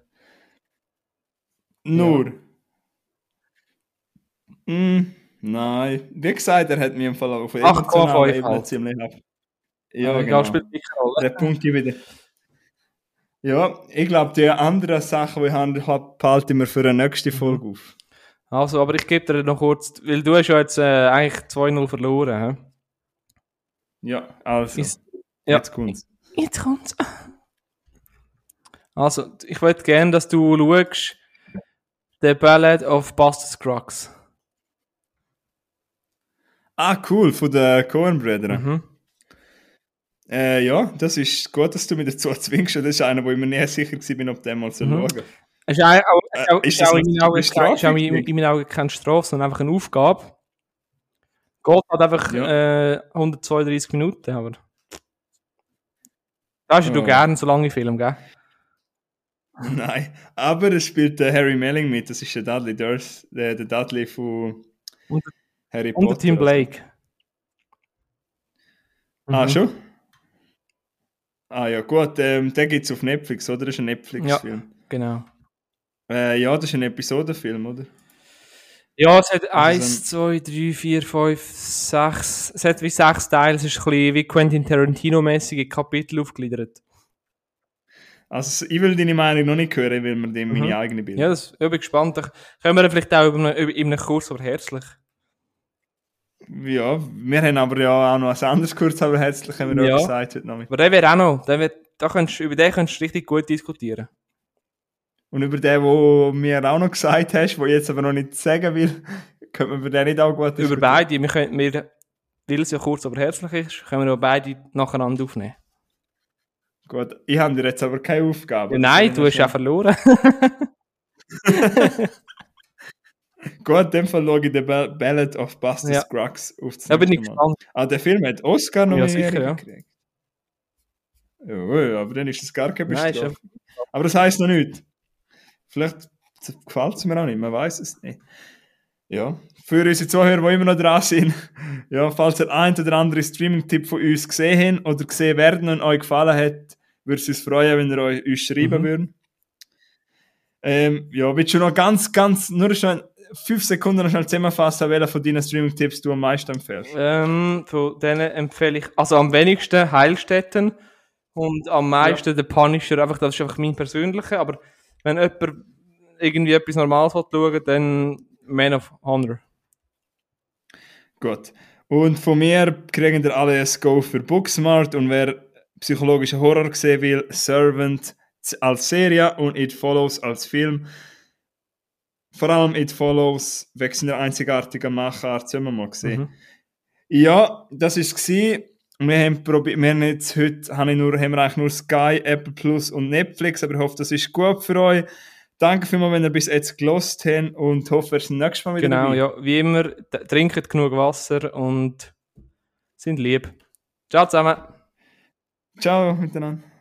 Nur. Ja. Mm, nein. Wie gesagt, er hat mir im Fall auf acht Komma fünf halt. Ziemlich ab. Ja, ja genau. Spielt nicht Rolle. Der Punkt wieder. Ja, ich glaube, die anderen Sachen, die ich habe, behalte ich mir für eine nächste Folge auf. Also, aber ich gebe dir noch kurz, weil du hast ja jetzt äh, eigentlich zwei null verloren. He? Ja, also. Ist, ja. Jetzt kommt's. Jetzt kommt's. Also, ich würde gerne, dass du schaust, The Ballad of Buster Scruggs. Ah, cool, von den Coen-Brüdern. Mhm. Äh, ja, das ist gut, dass du mich dazu zwingst. Das ist einer, wo ich mir nicht sicher war, ob der mal so mhm. schauen. Es ist auch, auch, äh, ist auch, das in, meinen Augen, ist auch in, in meinen Augen keine Strafe, sondern einfach eine Aufgabe. Geht halt einfach ja. äh, hundertzweiunddreißig Minuten, aber... Da hast oh. du gerne so lange Film, gell? Nein, aber es spielt der Harry Melling mit, das ist der Dudley Durst, der, der Dudley von und, Harry Potter. Und der Tim Blake. Ah, mhm. schon? Ah ja, gut, ähm, der gibt es auf Netflix, oder? Das ist ein Netflix-Film. Ja, genau. Äh, ja, das ist ein Episodenfilm, oder? Ja, es hat eins, zwei, drei, vier, fünf, sechs, es hat wie sechs Teile, es ist ein bisschen wie Quentin Tarantino-mäßige Kapitel aufgegliedert. Also ich will deine Meinung noch nicht hören, weil mir dem mhm. meine eigene Bilder. Ja, das bin ich gespannt. Da können wir vielleicht auch über einen, in einem Kurs aber herzlich. Ja, wir haben aber ja auch noch ein anderes Kurs, aber herzlich haben wir ja. auch gesagt heute Nachmittag. Aber der wäre auch noch, der wär, da könntest, über den könntest du richtig gut diskutieren. Und über den, den mir auch noch gesagt hast, den ich jetzt aber noch nicht sagen will, können wir über den nicht auch gut diskutieren. Über beide, wir können, wir, weil es ja kurz aber herzlich ist, können wir auch beide nacheinander aufnehmen. Gut, ich habe dir jetzt aber keine Aufgabe. Ja, nein, du hast ja verloren. Gut, in dem Fall schaue ich den Ballad of Buster ja. Scruggs auf. Da bin ich gespannt. Ah, der Film hat Oscar noch ja, sicher, ja. gekriegt. Ja, aber dann ist das gar kein Bestraf. Nein, aber das heisst noch nichts. Vielleicht gefällt es mir auch nicht, man weiß es nicht. Ja, für unsere Zuhörer, die immer noch dran sind, ja, falls ihr ein oder andere Streaming-Tipp von uns gesehen habt oder gesehen werden und euch gefallen hat, würde es uns freuen, wenn ihr euch uns schreiben mhm. würdet. Ähm, ja, willst du noch ganz, ganz, nur schon fünf Sekunden noch schnell zusammenfassen, welcher von deinen Streaming-Tipps du am meisten empfiehlst? Ähm, von denen empfehle ich, also am wenigsten Heilstätten und am meisten ja. der Punisher, einfach, das ist einfach mein persönlicher, aber wenn jemand irgendwie etwas Normales schauen, dann Man of Honor. Gut. Und von mir kriegen wir alle ein Go für Booksmart und wer psychologischen Horror sehen will, Servant als Serie und It Follows als Film. Vor allem It Follows wegen seiner einzigartigen Machart, das haben wir mal gesehen. Mhm. Ja, das war es. Wir haben, probiert, wir haben jetzt heute habe ich nur, haben wir eigentlich nur Sky, Apple Plus und Netflix, aber ich hoffe, das ist gut für euch. Danke vielmals, wenn ihr bis jetzt gelost habt und hoffe, ihr seid nächstes Mal wieder Genau, dabei. ja, wie immer, d- trinkt genug Wasser und sind lieb. Ciao zusammen. Ciao miteinander.